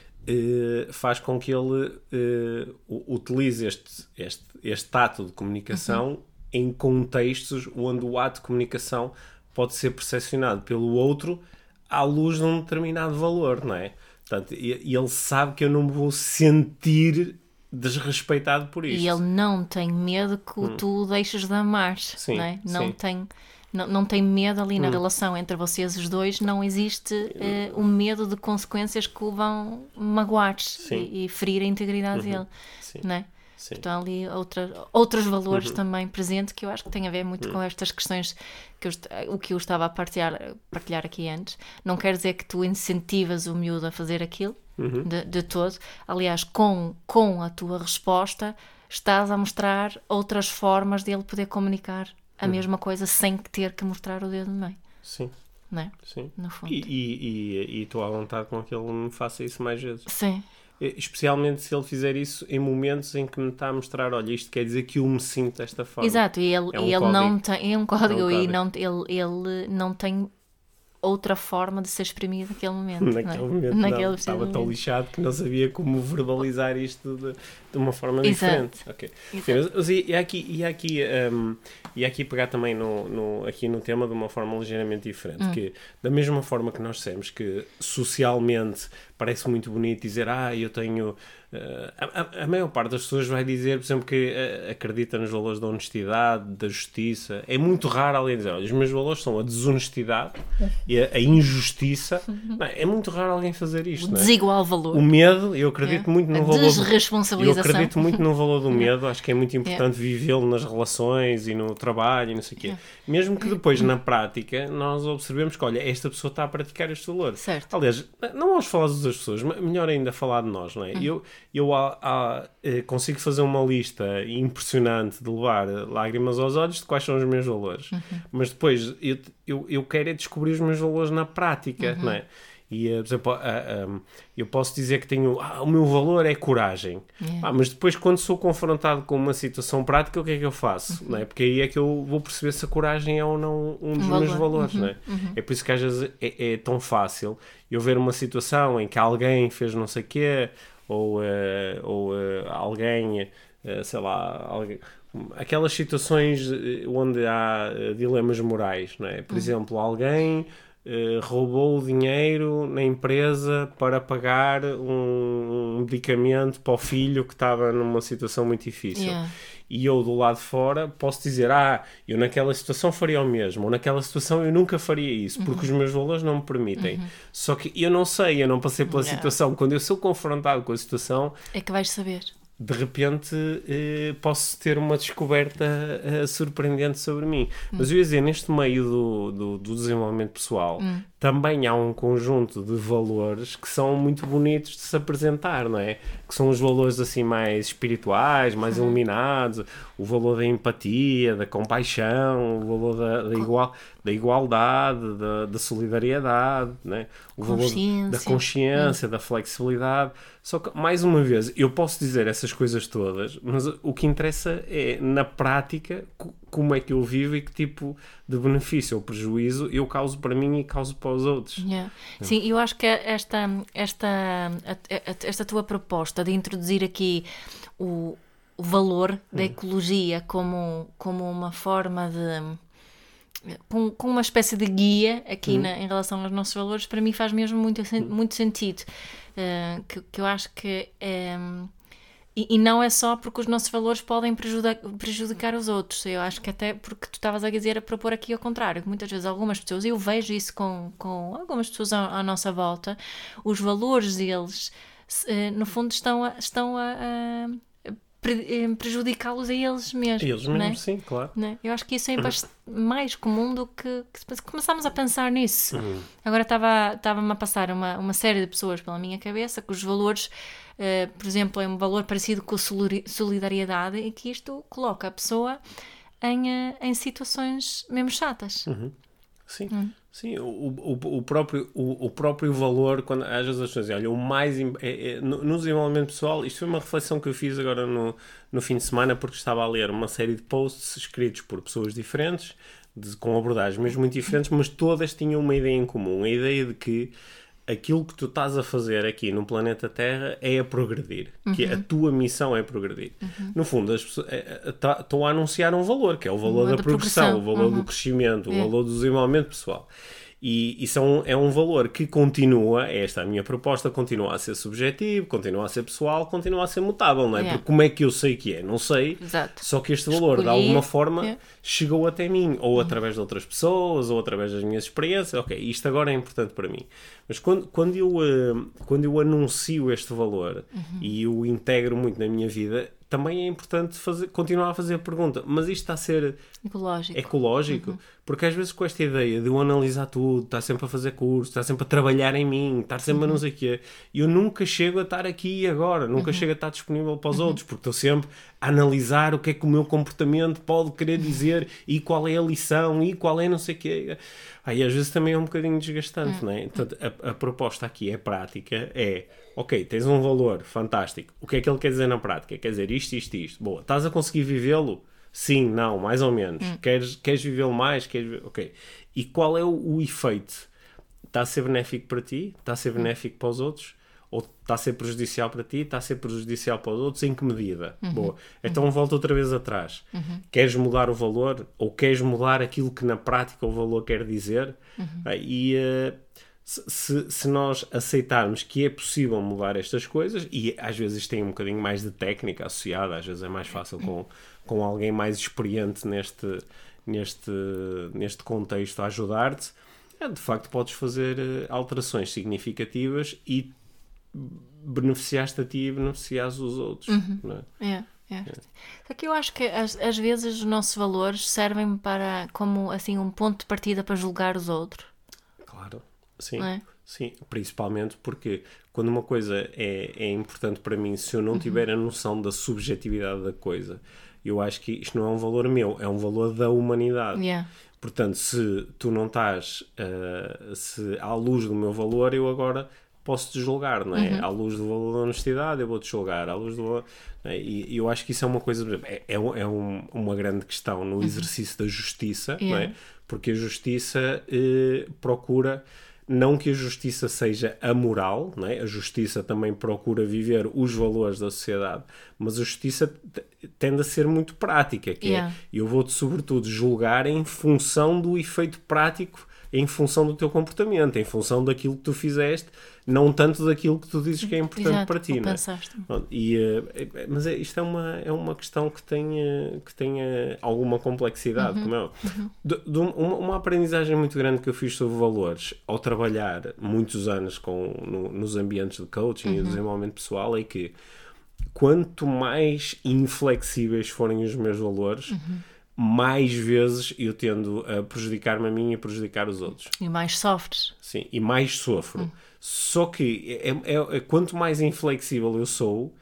Uh, faz com que ele uh, utilize este, este, este ato de comunicação uhum. em contextos onde o ato de comunicação pode ser percepcionado pelo outro à luz de um determinado valor, não é? Portanto, e, e ele sabe que eu não me vou sentir desrespeitado por isto. E ele não tem medo que hum. tu o deixes de amar, sim, não é? Não sim. tem... Não, não tem medo ali na hum. relação entre vocês os dois, não existe uh, o medo de consequências que o vão magoar e, e ferir a integridade uhum. dele, Sim. não é? Sim. Então ali outra, outros valores uhum. também presentes que eu acho que tem a ver muito uhum. com estas questões, que eu, o que eu estava a partilhar, partilhar aqui antes. Não quer dizer que tu incentivas o miúdo a fazer aquilo, uhum. de, de todo. Aliás, com, com a tua resposta estás a mostrar outras formas de ele poder comunicar a mesma coisa sem ter que mostrar o dedo no meio. Sim. Não é? Sim. No fundo. E e estou à vontade com que ele me faça isso mais vezes. Sim. Especialmente se ele fizer isso em momentos em que me está a mostrar, olha, isto quer dizer que eu me sinto desta forma. Exato, e ele, é um e ele código. não tem, é um código, É um e código. não, ele, ele não tem outra forma de se exprimir naquele momento. Naquele não é? momento Naquele não, preciso estava tão momento. lixado que não sabia como verbalizar isto de, de uma forma Exato. diferente. Okay. Sim, mas, mas e, e aqui, e aqui, um, e aqui pegar também no, no, aqui no tema de uma forma ligeiramente diferente, Hum. que da mesma forma que nós dissemos que socialmente parece muito bonito dizer, ah, eu tenho... Uh, a, a maior parte das pessoas vai dizer, por exemplo, que uh, acredita nos valores da honestidade, da justiça. É muito raro alguém dizer, olha, os meus valores são a desonestidade e a, a injustiça. Não, é muito raro alguém fazer isto. O Não é? desigual valor. O medo, eu acredito É. muito no A valor... desresponsabilização. Eu acredito muito no valor do medo. Acho que é muito importante vivê-lo nas relações e no trabalho e não sei o quê. É. Mesmo que depois, na prática, nós observemos que, olha, esta pessoa está a praticar este valor. Certo. Aliás, não vamos falar das outras pessoas, mas melhor ainda falar de nós, não é? Eu, eu há, há, eh, consigo fazer uma lista impressionante de levar lágrimas aos olhos de quais são os meus valores. Mas depois, eu, eu, eu quero é descobrir os meus valores na prática, não é? E, por exemplo, uh, um, eu posso dizer que tenho, ah, o meu valor é coragem. Yeah. Ah, mas depois, quando sou confrontado com uma situação prática, o que é que eu faço? Uhum. Não é? Porque aí é que eu vou perceber se a coragem é ou não um dos um meus valor. valores. Uhum. Não é? Uhum. É por isso que às vezes é, é tão fácil eu ver uma situação em que alguém fez não sei o quê, ou, uh, ou uh, alguém, uh, sei lá, alguém... aquelas situações onde há uh, dilemas morais, não é? Por uhum. exemplo, alguém... Uh, roubou o dinheiro na empresa para pagar um, um medicamento para o filho que estava numa situação muito difícil. Yeah. E eu, do lado de fora, posso dizer, ah, eu naquela situação faria o mesmo, ou naquela situação eu nunca faria isso, porque uhum. os meus valores não me permitem. Uhum. Só que eu não sei, eu não passei pela yeah. situação. Quando eu sou confrontado com a situação... É que vais saber. De repente eh, posso ter uma descoberta eh, surpreendente sobre mim. Hum. Mas eu ia dizer, neste meio do, do, do desenvolvimento pessoal, hum. também há um conjunto de valores que são muito bonitos de se apresentar, não é? Que são os valores assim mais espirituais, mais hum. iluminados, o valor da empatia, da compaixão, o valor da, da, igual, da igualdade, da, da solidariedade, não é? O valor da consciência, hum. da flexibilidade. Só que, mais uma vez, eu posso dizer essas coisas todas, mas o que interessa é, na prática, como é que eu vivo e que tipo de benefício ou prejuízo eu causo para mim e causo para os outros. Yeah. Sim, eu acho que esta, esta, esta tua proposta de introduzir aqui o, o valor da ecologia como, como uma forma de... Com, com uma espécie de guia aqui hum. na, em relação aos nossos valores, para mim faz mesmo muito, muito sentido. Uh, que, que eu acho que é, e, e não é só porque os nossos valores podem prejudicar, prejudicar os outros. Eu acho que até porque tu estavas a dizer, a propor aqui ao contrário, que muitas vezes algumas pessoas, eu vejo isso com, com algumas pessoas à, à nossa volta, os valores deles uh, no fundo estão a, estão a, a prejudicá-los a eles mesmos. A eles mesmos, né? Sim, claro. Né? Eu acho que isso é mais comum do que, que começámos a pensar nisso. Uhum. Agora estava-me a passar uma, uma série de pessoas pela minha cabeça cujos valores, uh, por exemplo, é um valor parecido com a solidariedade e que isto coloca a pessoa em, uh, em situações mesmo chatas. Uhum. Sim, hum. sim. O, o, o, próprio, o, o próprio valor, quando às vezes as pessoas dizem, olha, o mais é, é, no, no desenvolvimento pessoal, isto foi uma reflexão que eu fiz agora no, no fim de semana, porque estava a ler uma série de posts escritos por pessoas diferentes, de, com abordagens mesmo muito diferentes, mas todas tinham uma ideia em comum, a ideia de que aquilo que tu estás a fazer aqui no planeta Terra é a progredir, uhum. que a tua missão é progredir. Uhum. No fundo, as pessoas estão a anunciar um valor, que é o valor da, da progressão, o valor uhum. do crescimento, é. o valor do desenvolvimento pessoal. E isso é um, é um valor que continua, esta é a minha proposta, continua a ser subjetivo, continua a ser pessoal, continua a ser mutável, não é? Yeah. Porque como é que eu sei que é? Não sei. Exato. Só que este valor, Escolhi. de alguma forma, yeah. chegou até mim, ou uhum. através de outras pessoas, ou através das minhas experiências. Ok, isto agora é importante para mim. Mas quando, quando, eu, uh, quando eu anuncio este valor uhum. e o integro muito na minha vida, também é importante fazer, continuar a fazer a pergunta, mas isto está a ser ecológico, ecológico? Uhum. Porque às vezes com esta ideia de eu analisar tudo, estar sempre a fazer curso, estar sempre a trabalhar em mim, estar sempre uhum. a não sei o quê, eu nunca chego a estar aqui e agora, nunca uhum. chego a estar disponível para os uhum. outros, porque estou sempre a analisar o que é que o meu comportamento pode querer dizer e qual é a lição e qual é não sei o quê. Aí às vezes também é um bocadinho desgastante, uhum. não é? Então, a, a proposta aqui é prática, é, ok, tens um valor fantástico, o que é que ele quer dizer na prática? Quer dizer isto, isto, isto. Boa, estás a conseguir vivê-lo? Sim, não, mais ou menos. Hum. Queres, queres vivê-lo mais? Queres... Ok. E qual é o, o efeito? Está a ser benéfico para ti? Está a ser benéfico hum. para os outros? Ou está a ser prejudicial para ti? Está a ser prejudicial para os outros? Em que medida? Uhum. Boa. Então uhum. volta outra vez atrás. Uhum. Queres mudar o valor? Ou queres mudar aquilo que na prática o valor quer dizer? Uhum. E... Uh, Se, se nós aceitarmos que é possível mudar estas coisas, e às vezes isto tem um bocadinho mais de técnica associada, às vezes é mais fácil com, com alguém mais experiente neste, neste, neste contexto a ajudar-te, é, de facto podes fazer alterações significativas e beneficiar-te a ti e beneficiares os outros. Uhum. Não é? É. É. É. Só que eu acho que às, às vezes os nossos valores servem para, como assim, um ponto de partida para julgar os outros. Claro. Sim, é? sim, principalmente porque quando uma coisa é, é importante para mim, se eu não tiver a noção da subjetividade da coisa, eu acho que isto não é um valor meu, é um valor da humanidade. Yeah. Portanto, se tu não estás uh, se, à luz do meu valor, eu agora posso-te julgar, não é? Uhum. À luz do valor da honestidade, eu vou-te julgar, à luz do valor... É? E eu acho que isso é uma coisa... É, é, é um, uma grande questão no exercício uhum. da justiça, yeah. não é? Porque a justiça uh, procura... Não que a justiça seja amoral, não é? A justiça também procura viver os valores da sociedade, mas a justiça t- tende a ser muito prática, que yeah. é, eu vou-te sobretudo julgar em função do efeito prático, em função do teu comportamento, em função daquilo que tu fizeste, não tanto daquilo que tu dizes que é importante Exato, para ti. Não é? E, uh, mas é, isto é uma, é uma questão que tem, uh, que tem uh, alguma complexidade. Uhum, como é? Uhum. De, de uma, uma aprendizagem muito grande que eu fiz sobre valores, ao trabalhar muitos anos com, no, nos ambientes de coaching uhum. e desenvolvimento pessoal, é que quanto mais inflexíveis forem os meus valores, uhum. mais vezes eu tendo a prejudicar-me a mim e a prejudicar os outros. E mais sofres. Sim, e mais sofro. Hum. Só que é, é, é, quanto mais inflexível eu sou,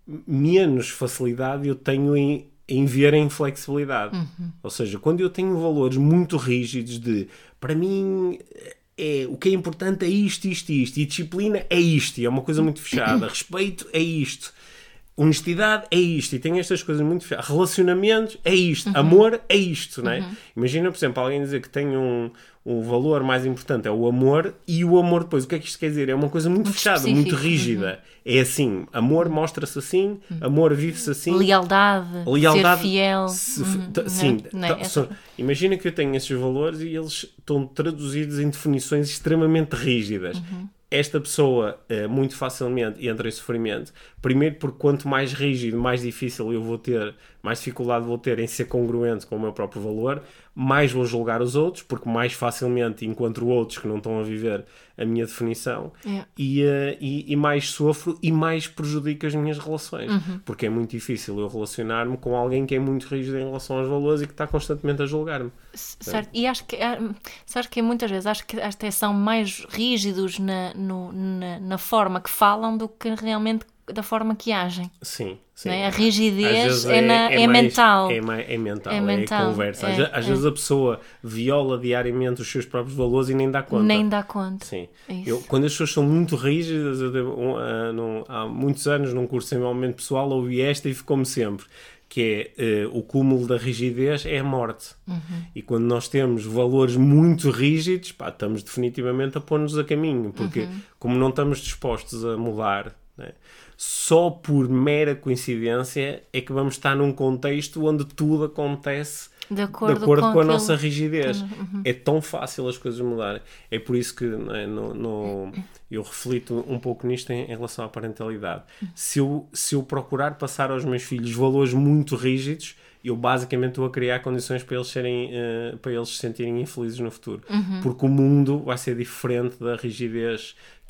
menos facilidade eu tenho em, em ver a inflexibilidade. Uhum. Ou seja, quando eu tenho valores muito rígidos de, para mim, é, o que é importante é isto, isto, isto, e disciplina é isto, e é uma coisa muito fechada, respeito é isto, honestidade é isto, e tem estas coisas muito fechadas. Relacionamentos é isto, uhum. amor é isto, não é? Uhum. Imagina, por exemplo, alguém dizer que tem um, um valor mais importante é o amor, e o amor depois, o que é que isto quer dizer? É uma coisa muito, muito fechada, específico. Muito rígida. Uhum. É assim, amor mostra-se assim, uhum. amor vive-se assim. Lealdade, lealdade ser fiel. Se, uhum. t- sim, não, não t- so, imagina que eu tenho esses valores e eles estão traduzidos em definições extremamente rígidas. Uhum. Esta pessoa uh, muito facilmente entra em sofrimento. Primeiro porque quanto mais rígido, mais difícil eu vou ter, mais dificuldade vou ter em ser congruente com o meu próprio valor, mais vou julgar os outros, porque mais facilmente encontro outros que não estão a viver a minha definição, yeah. e, uh, e, e mais sofro e mais prejudico as minhas relações. Uhum. Porque é muito difícil eu relacionar-me com alguém que é muito rígido em relação aos valores e que está constantemente a julgar-me. Certo, é. E acho que, sabes que muitas vezes acho que até são mais rígidos na, no, na, na forma que falam do que realmente da forma que agem. Sim, sim. Não é? A rigidez é, é, na, é, é mais, mental. É, é mental, é, é mental, conversa. É, às às é. vezes a pessoa viola diariamente os seus próprios valores e nem dá conta. Nem dá conta. Sim. Eu, quando as pessoas são muito rígidas, eu, um, uh, num, há muitos anos num curso de desenvolvimento pessoal ouvi esta e ficou-me sempre, que é uh, o cúmulo da rigidez é a morte. Uhum. E quando nós temos valores muito rígidos, pá, estamos definitivamente a pôr-nos a caminho, porque uhum. como não estamos dispostos a mudar, né, só por mera coincidência é que vamos estar num contexto onde tudo acontece de acordo, de acordo com, com a aquele... nossa rigidez. Uhum. É tão fácil as coisas mudarem. É por isso que né, no, no, eu reflito um pouco nisto em, em relação à parentalidade. Uhum. Se eu, se eu procurar passar aos meus filhos valores muito rígidos, eu basicamente estou a criar condições para eles, serem, uh, para eles se sentirem infelizes no futuro. Uhum. Porque o mundo vai ser diferente da rigidez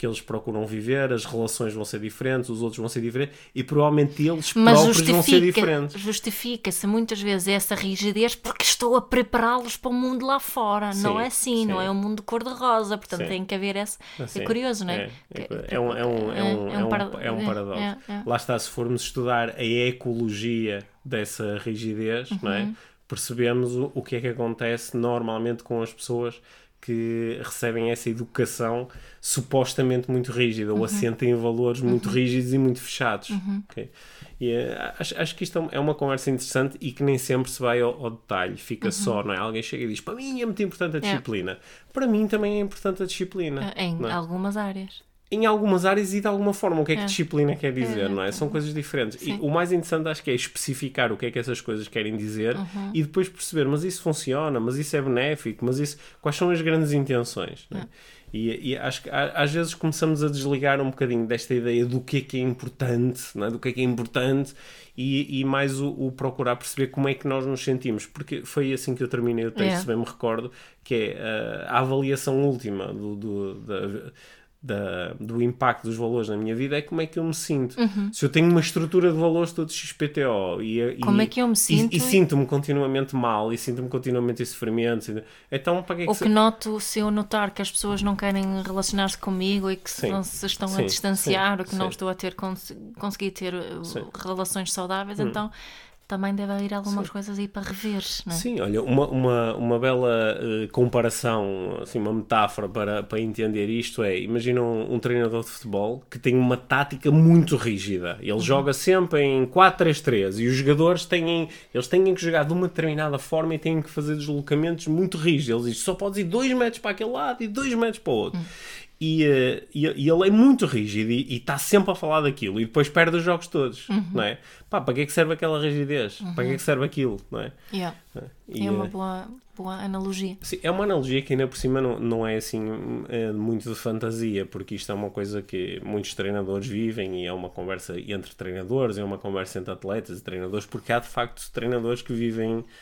que eles procuram viver, as relações vão ser diferentes, os outros vão ser diferentes e provavelmente eles Mas próprios vão ser diferentes. Justifica-se muitas vezes essa rigidez porque estou a prepará-los para o mundo lá fora. Sim, não é assim, sim. Não é um mundo cor-de-rosa, portanto sim. Tem que haver esse... Assim, é curioso, não é? É, é, é, um, é, um, é, um, é, um, parado... é um paradoxo. É, é. Lá está, se formos estudar a ecologia dessa rigidez, uhum. não é? Percebemos o, o que é que acontece normalmente com as pessoas que recebem essa educação supostamente muito rígida, uhum. ou assentem em valores uhum. muito rígidos e muito fechados. Uhum. Okay? E, uh, acho, acho que isto é uma conversa interessante e que nem sempre se vai ao, ao detalhe, fica uhum. só, não é? Alguém chega e diz, para mim é muito importante a disciplina. É. Para mim também é importante a disciplina. Em é? algumas áreas. Em algumas áreas e de alguma forma. O que é que é. disciplina quer dizer, é, não é? São coisas diferentes. Sim. E o mais interessante acho que é especificar o que é que essas coisas querem dizer uhum. e depois perceber, mas isso funciona, mas isso é benéfico, mas isso... Quais são as grandes intenções, não é? E, e acho que às vezes começamos a desligar um bocadinho desta ideia do que é que é importante, não é? Do que é que é importante e, e mais o, o procurar perceber como é que nós nos sentimos. Porque foi assim que eu terminei o texto, é. se bem me recordo, que é a, a avaliação última do... do da, Da, do impacto dos valores na minha vida é como é que eu me sinto. Uhum. Se eu tenho uma estrutura de valores todo X P T O e, como e, é que eu me sinto? E, e sinto-me continuamente mal e sinto-me continuamente em sofrimento. Então, para que é que Ou que se... noto, se eu notar que as pessoas não querem relacionar-se comigo e que sim. não se estão sim. a distanciar sim. ou que sim. não estou a ter cons- conseguir ter sim. relações saudáveis, hum. então também deve haver algumas sim. coisas aí para rever, não é? Sim, olha, uma, uma, uma bela uh, comparação, assim, uma metáfora para, para entender isto é, imagina um, um treinador de futebol que tem uma tática muito rígida. Ele uhum. joga sempre em quatro três três e os jogadores têm, eles têm que jogar de uma determinada forma e têm que fazer deslocamentos muito rígidos. Eles dizem, só podes ir dois metros para aquele lado e dois metros para o outro. Uhum. E, uh, e, e ele é muito rígido e está sempre a falar daquilo e depois perde os jogos todos, uhum. não é? Pá, para que é que serve aquela rigidez? Uhum. Para que é que serve aquilo, não é? Yeah. E, é uma boa, boa analogia. Sim, é uma analogia que ainda por cima não, não é assim é muito de fantasia, porque isto é uma coisa que muitos treinadores vivem e é uma conversa entre treinadores, é uma conversa entre atletas e treinadores, porque há de facto treinadores que vivem uh,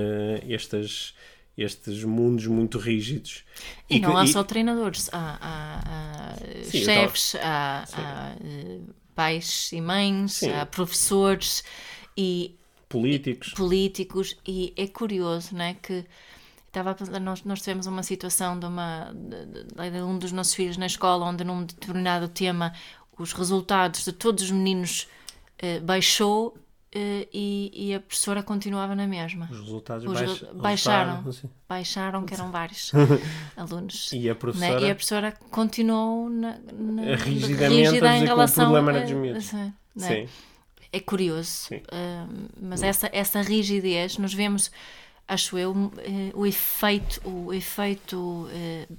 estas... estes mundos muito rígidos. E, e não que, há e... só treinadores, há, há, há Sim, chefes, há, há pais e mães, Sim. há professores e políticos. E, políticos e é curioso, não é, que estava a pensar, nós, nós tivemos uma situação de, uma, de, de um dos nossos filhos na escola onde num determinado tema os resultados de todos os meninos uh, baixou Uh, e, e a professora continuava na mesma. Os resultados Os, baix, baixaram, assim. baixaram, que eram vários alunos. E a professora, né? E a professora continuou na, na, rigidamente rígida a dizer em relação que o problema era dos miúdos. Né? Sim. É curioso, uh, mas essa, essa rigidez, nós vemos, acho eu, uh, o efeito, o efeito uh,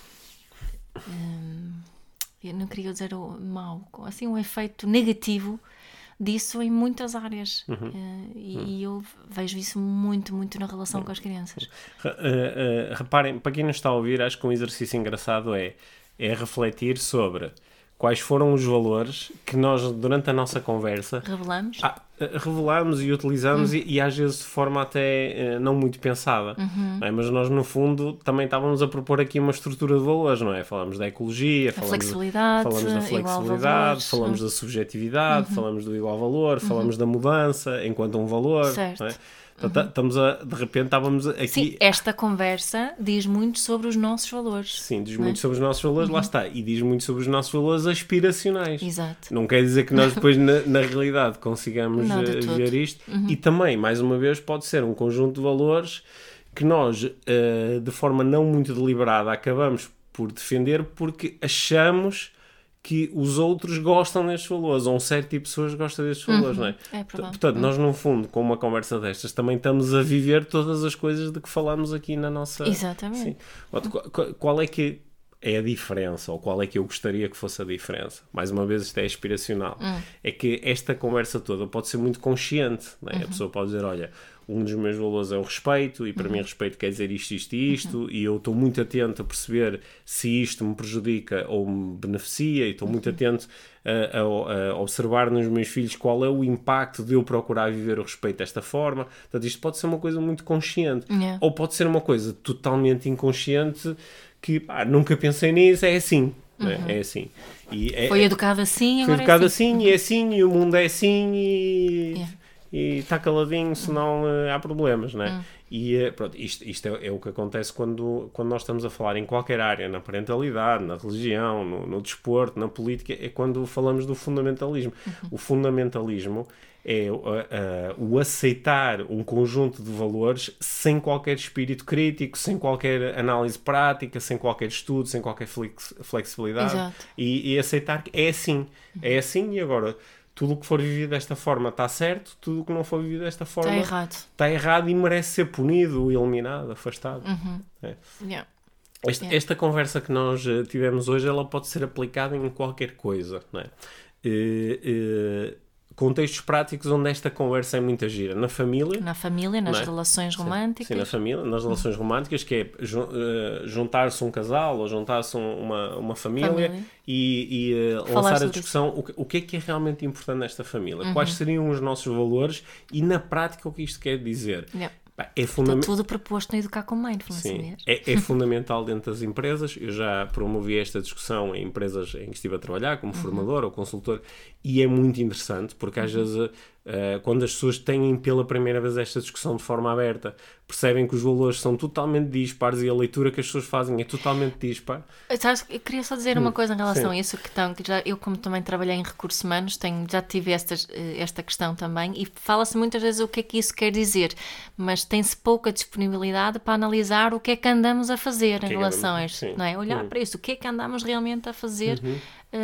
um, eu não queria dizer o mau, assim, um efeito negativo disso em muitas áreas. Uhum. Uh, e, uhum. e eu vejo isso muito, muito na relação uhum. com as crianças. Uh, uh, reparem, para quem nos está a ouvir, acho que um exercício engraçado é, é refletir sobre quais foram os valores que nós, durante a nossa conversa... Revelamos? Ah, revelamos e utilizamos, uhum. e, e às vezes de forma até uh, não muito pensada. Uhum. Não é? Mas nós, no fundo, também estávamos a propor aqui uma estrutura de valores, não é? Falamos da ecologia, a falamos, flexibilidade, falamos da flexibilidade, falamos da subjetividade, uhum. falamos do igual valor, uhum. falamos da mudança enquanto um valor. Certo. Não é? Uhum. Estamos a, de repente estávamos aqui... Sim, esta conversa diz muito sobre os nossos valores. Sim, diz muito é? sobre os nossos valores, uhum. lá está. E diz muito sobre os nossos valores aspiracionais. Exato. Não quer dizer que nós depois, na, na realidade, consigamos Não, ver isto. Uhum. E também, mais uma vez, pode ser um conjunto de valores que nós, uh, de forma não muito deliberada, acabamos por defender porque achamos... que os outros gostam destes valores, ou um certo tipo de pessoas gosta destes valores, uhum. não é? É provável. Portanto, uhum. nós no fundo, com uma conversa destas, também estamos a viver todas as coisas de que falamos aqui na nossa... Exatamente. Sim. Qual, qual é que é a diferença, ou qual é que eu gostaria que fosse a diferença? Mais uma vez, isto é aspiracional. Uhum. É que esta conversa toda pode ser muito consciente, não é? Uhum. A pessoa pode dizer, olha... um dos meus valores é o respeito, e para uhum. mim respeito quer dizer isto, isto e isto, uhum. e eu estou muito atento a perceber se isto me prejudica ou me beneficia, e estou muito uhum. atento a, a, a observar nos meus filhos qual é o impacto de eu procurar viver o respeito desta forma. Portanto, isto pode ser uma coisa muito consciente, yeah. ou pode ser uma coisa totalmente inconsciente, que pá, nunca pensei nisso, é assim. uhum. né? É assim. E é, foi educado assim, foi agora educado é assim. assim, e é assim, e o mundo é assim, e... Yeah. E está caladinho, senão uh, há problemas, não é? Hum. E uh, pronto, isto, isto é, é o que acontece quando, quando nós estamos a falar em qualquer área, na parentalidade, na religião, no, no desporto, na política, é quando falamos do fundamentalismo. Uhum. O fundamentalismo é uh, uh, o aceitar um conjunto de valores sem qualquer espírito crítico, sem qualquer análise prática, sem qualquer estudo, sem qualquer flex, flexibilidade. E, e aceitar que é assim. Uhum. É assim e agora... Tudo o que for vivido desta forma está certo, tudo o que não for vivido desta forma está errado. Está errado e merece ser punido, eliminado, afastado. Uhum. É. Yeah. Esta, Yeah. esta conversa que nós tivemos hoje, ela pode ser aplicada em qualquer coisa, não é? E, e, contextos práticos onde esta conversa é muita gira. Na família. Na família, nas é? relações sim, românticas. Sim, na família, nas relações uhum. românticas, que é uh, juntar-se um casal ou juntar-se um, uma, uma família, família. e, e uh, lançar a discussão o que, o que é que é realmente importante nesta família. Uhum. Quais seriam os nossos valores e, na prática, o que isto quer dizer. Yeah. É fundament... Está tudo proposto em Educar com Mindfulness. Sim, é, é fundamental dentro das empresas. Eu já promovi esta discussão em empresas em que estive a trabalhar, como uhum. formador ou consultor, e é muito interessante, porque às uhum. vezes, uh, quando as pessoas têm pela primeira vez esta discussão de forma aberta, percebem que os valores são totalmente dispares e a leitura que as pessoas fazem é totalmente dispar. Eu queria só dizer uma coisa em relação Sim. a isso, que, tão, que já, eu como também trabalhei em recursos humanos, tenho, já tive estas, esta questão também, e fala-se muitas vezes o que é que isso quer dizer, mas tem-se pouca disponibilidade para analisar o que é que andamos a fazer em relação a isto, não é? Olhar uhum. para isso, o que é que andamos realmente a fazer uhum.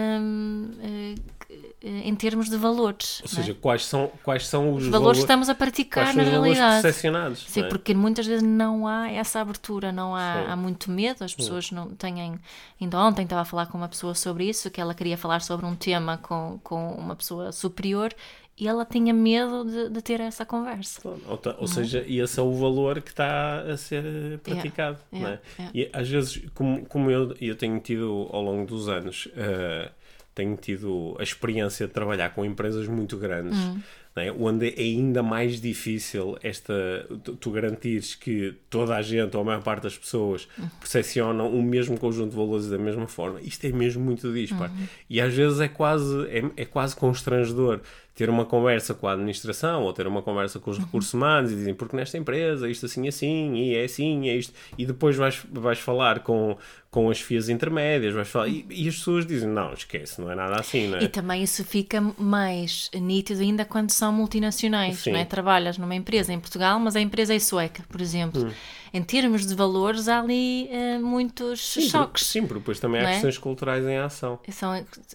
um, uh, em termos de valores. Ou seja, é? quais, são, quais são os, os valores, valores que estamos a praticar quais na são os realidade. Percepcionados, Sim, não é? porque muitas vezes não há essa abertura, não há, há muito medo, as pessoas não têm... Ainda ontem estava a falar com uma pessoa sobre isso, que ela queria falar sobre um tema com, com uma pessoa superior e ela tinha medo de, de ter essa conversa. Ou, ou uhum. seja, esse é o valor que está a ser praticado. Yeah, yeah, não é? Yeah. E às vezes, como, como eu, eu tenho tido ao longo dos anos... Uh, tenho tido a experiência de trabalhar com empresas muito grandes, uhum. né, onde é ainda mais difícil esta, tu, tu garantires que toda a gente, ou a maior parte das pessoas, uhum. percepcionam o mesmo conjunto de valores da mesma forma. Isto é mesmo muito dispar. Uhum. E às vezes é quase, é, é quase constrangedor ter uma conversa com a administração ou ter uma conversa com os uhum. recursos humanos e dizem, porque nesta empresa isto assim assim, e é assim, é isto, e depois vais, vais falar com, com as fias intermédias, vais falar, e, e as pessoas dizem, não, esquece, não é nada assim, não é? E também isso fica mais nítido ainda quando são multinacionais, Sim. não é? Trabalhas numa empresa em Portugal, mas a empresa é sueca, por exemplo. Hum. Em termos de valores, há ali uh, muitos sim, choques. Por, sim, porque depois também há é? questões culturais em ação. São,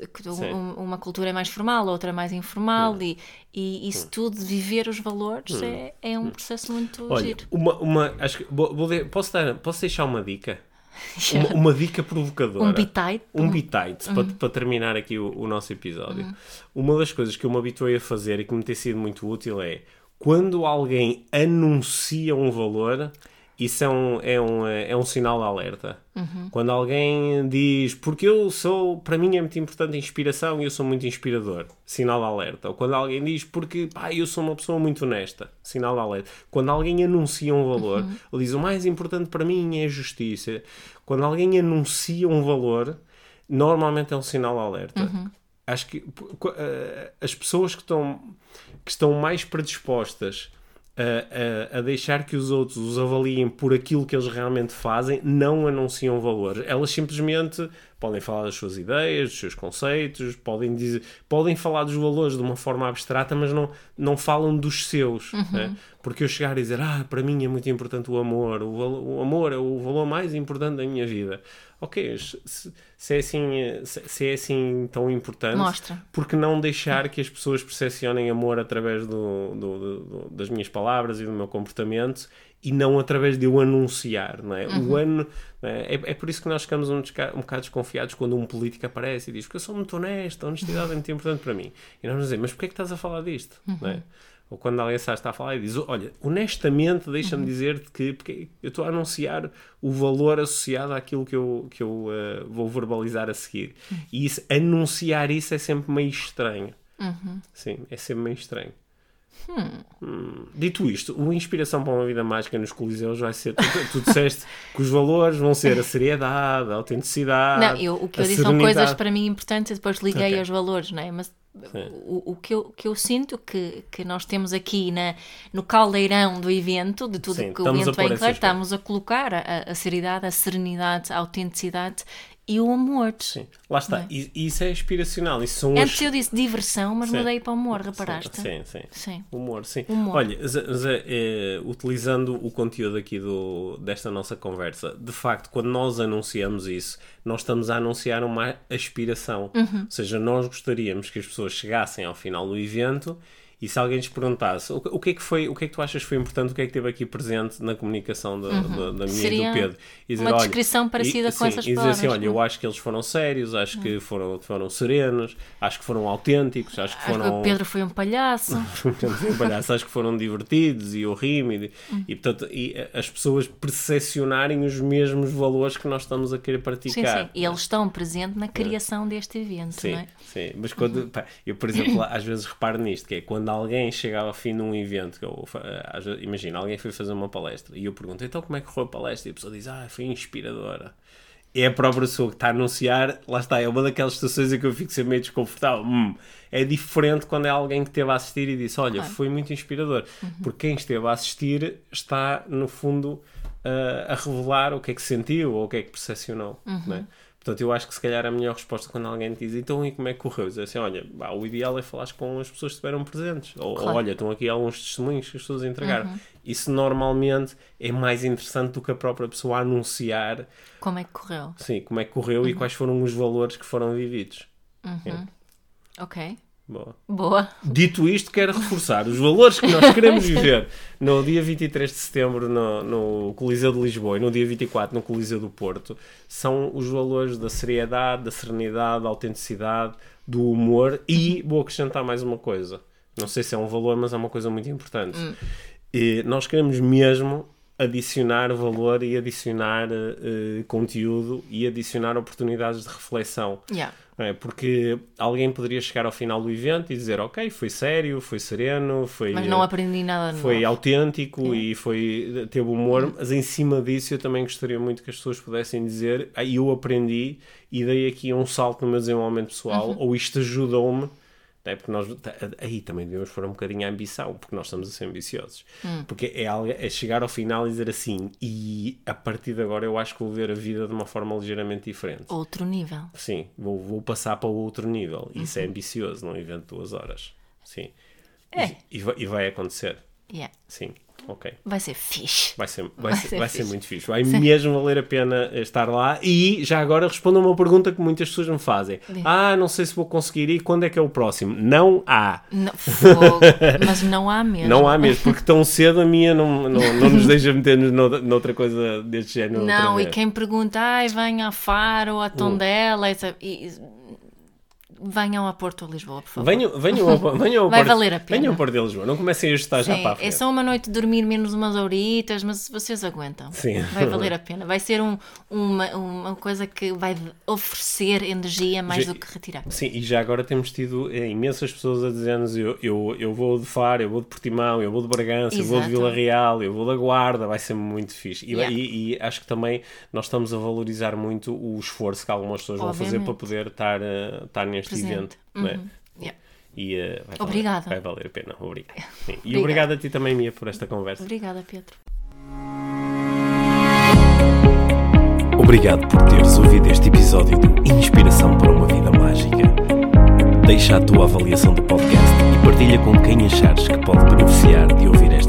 um, uma cultura é mais formal, outra é mais informal, hum. e, e isso hum. tudo, de viver os valores, hum. é, é um processo muito Olha, giro. Uma, uma, acho que, vou, vou, posso, dar, posso deixar uma dica? Uma, uma dica provocadora. Um bitite. Um bitite, uhum. para, para terminar aqui o, o nosso episódio. Uhum. Uma das coisas que eu me habituei a fazer e que me tem sido muito útil é, quando alguém anuncia um valor, isso é um, é um, é um sinal de alerta. Uhum. Quando alguém diz, porque eu sou, para mim é muito importante a inspiração e eu sou muito inspirador, sinal de alerta. Ou quando alguém diz, porque pá, eu sou uma pessoa muito honesta, sinal de alerta. Quando alguém anuncia um valor, uhum. ou diz, o mais importante para mim é a justiça. Quando alguém anuncia um valor, normalmente é um sinal de alerta. Uhum. Acho que uh, as pessoas que estão, que estão mais predispostas A, a, a deixar que os outros os avaliem por aquilo que eles realmente fazem, não anunciam valores. Elas simplesmente podem falar das suas ideias, dos seus conceitos, podem, dizer, podem falar dos valores de uma forma abstrata, mas não, não falam dos seus. Uhum. Né? Porque eu chegar a dizer, ah, para mim é muito importante o amor, o, o amor é o valor mais importante da minha vida. Ok, se, se, é assim, se, se é assim tão importante, mostra. Porque não deixar que as pessoas percepcionem amor através do, do, do, das minhas palavras e do meu comportamento e não através de eu anunciar, não é? Uhum. O ano, não é? É, é por isso que nós ficamos um, um bocado desconfiados quando um político aparece e diz que eu sou muito honesto, a honestidade é muito importante para mim. E nós nos dizemos, mas porquê é que estás a falar disto? Uhum. Não é? Ou quando alguém está a falar e diz, olha, honestamente deixa-me uhum. dizer-te que porque eu estou a anunciar o valor associado àquilo que eu, que eu uh, vou verbalizar a seguir. Uhum. E isso, anunciar isso é sempre meio estranho. Uhum. Sim, é sempre meio estranho. Hum. Hum. Dito isto, o Inspiração para uma Vida Mágica nos Coliseus vai ser... Tu, tu disseste que os valores vão ser a seriedade, a autenticidade, Não, eu, o que eu disse são coisas para mim importantes e depois liguei okay. aos valores, não é? Mas o, o, que eu, que eu sinto que, que nós temos aqui na, no caldeirão do evento, de tudo Sim, que o evento vai incluir, estamos a colocar a, a seriedade, a serenidade, a autenticidade e o amor. Sim, lá está. É? E, isso é inspiracional. Isso são Antes as... eu disse diversão, mas sim. mudei para humor, reparaste? Sim, sim. sim. Humor, sim. Humor. Olha, Zé, Zé, é, utilizando o conteúdo aqui do, desta nossa conversa, de facto, quando nós anunciamos isso, nós estamos a anunciar uma aspiração. Uhum. Ou seja, nós gostaríamos que as pessoas chegassem ao final do evento e se alguém lhes perguntasse o, o que é que foi, o que é que tu achas que foi importante, o que é que teve aqui presente na comunicação da, uhum. da, da minha Seria e do Pedro. E dizer, uma olha, descrição parecida e, com sim, essas e palavras. E dizer assim, olha, eu acho que eles foram sérios, acho uhum. que foram, foram serenos, acho que foram autênticos, acho que foram... Acho que o Pedro foi um palhaço. foi um palhaço, acho que foram divertidos e eu rimo e, uhum. e, portanto, e as pessoas percepcionarem os mesmos valores que nós estamos a querer praticar. Sim, sim. E eles estão presentes na criação é. deste evento, sim, não é? Sim, mas quando... Uhum. Pá, eu, por exemplo, às vezes reparo nisto, que é quando alguém chega ao fim de um evento, que eu, imagina, alguém foi fazer uma palestra e eu pergunto, então como é que correu a palestra? E a pessoa diz, ah, foi inspiradora. É a própria pessoa que está a anunciar, lá está, é uma daquelas situações em que eu fico sempre meio desconfortável. Hum, é diferente quando é alguém que esteve a assistir e disse, olha, claro. foi muito inspirador. Uhum. Porque quem esteve a assistir está, no fundo, uh, a revelar o que é que sentiu ou o que é que percepcionou, uhum. não é? Portanto, eu acho que se calhar a melhor resposta quando alguém te diz, então e como é que correu? Diz assim, olha, bah, o ideal é falar com as pessoas que estiveram presentes. Ou, claro. ou olha, estão aqui alguns testemunhos que as pessoas entregaram. Uhum. Isso normalmente é mais interessante do que a própria pessoa anunciar como é que correu. Sim, como é que correu uhum. e quais foram os valores que foram vividos. Uhum. É. Ok. Boa. Boa. Dito isto, quero reforçar os valores que nós queremos viver no dia vinte e três de setembro no, no Coliseu de Lisboa e no dia vinte e quatro no Coliseu do Porto. São os valores da seriedade, da serenidade, da autenticidade, do humor e vou acrescentar mais uma coisa. Não sei se é um valor, mas é uma coisa muito importante. Hum. E nós queremos mesmo adicionar valor e adicionar uh, conteúdo e adicionar oportunidades de reflexão. Yeah. É, porque alguém poderia chegar ao final do evento e dizer, ok, foi sério, foi sereno, foi... Mas não aprendi nada novo. Foi autêntico yeah. e foi, teve humor, yeah. mas em cima disso eu também gostaria muito que as pessoas pudessem dizer, ah, eu aprendi e dei aqui um salto no meu desenvolvimento pessoal, uhum. ou isto ajudou-me. É porque nós aí também devemos pôr um bocadinho a ambição, porque nós estamos a ser ambiciosos. Hum. Porque é, algo, é chegar ao final e dizer assim, e a partir de agora eu acho que vou ver a vida de uma forma ligeiramente diferente. Outro nível. Sim, vou, vou passar para outro nível. Isso uhum. é ambicioso num evento de duas horas. Sim. É. E, e, vai, e vai acontecer. Yeah. Sim. Ok. Vai ser fixe. Vai ser, vai vai ser, ser, vai fixe. ser muito fixe. Vai Sim. mesmo valer a pena estar lá. E já agora respondo a uma pergunta que muitas pessoas me fazem. Sim. Ah, não sei se vou conseguir ir. Quando é que é o próximo? Não há. Não, fogo. Mas não há mesmo. Não há mesmo, porque tão cedo a minha não, não, não nos deixa meter-nos noutra coisa deste género. Não, e quem pergunta, ai, venha a Faro ou a Tondela, hum. e... venham a Porto ou Lisboa, por favor. Venham, venham, ao, venham ao Vai Porto, valer a pena. Venham ao Porto de Lisboa. Não comecem a estar já para a frente. É só uma noite de dormir menos umas horitas, mas vocês aguentam. Sim. Vai valer a pena. Vai ser um, uma, uma coisa que vai oferecer energia mais já, do que retirar. Sim, e já agora temos tido é, imensas pessoas a dizer-nos eu, eu, eu vou de Faro, eu vou de Portimão, eu vou de Bragança, Exato. eu vou de Vila Real, eu vou da Guarda. Vai ser muito fixe. E, yeah. e, e acho que também nós estamos a valorizar muito o esforço que algumas pessoas Obviamente. vão fazer para poder estar, uh, estar neste Presente. evento. Uhum. Não é? Yeah. E, uh, vai Obrigada. Valer, vai valer a pena. Obrigado. Sim. E obrigado a ti também, Mia, por esta conversa. Obrigada, Pedro. Obrigado por teres ouvido este episódio de Inspiração para uma Vida Mágica. Deixa a tua avaliação do podcast e partilha com quem achares que pode beneficiar de ouvir esta.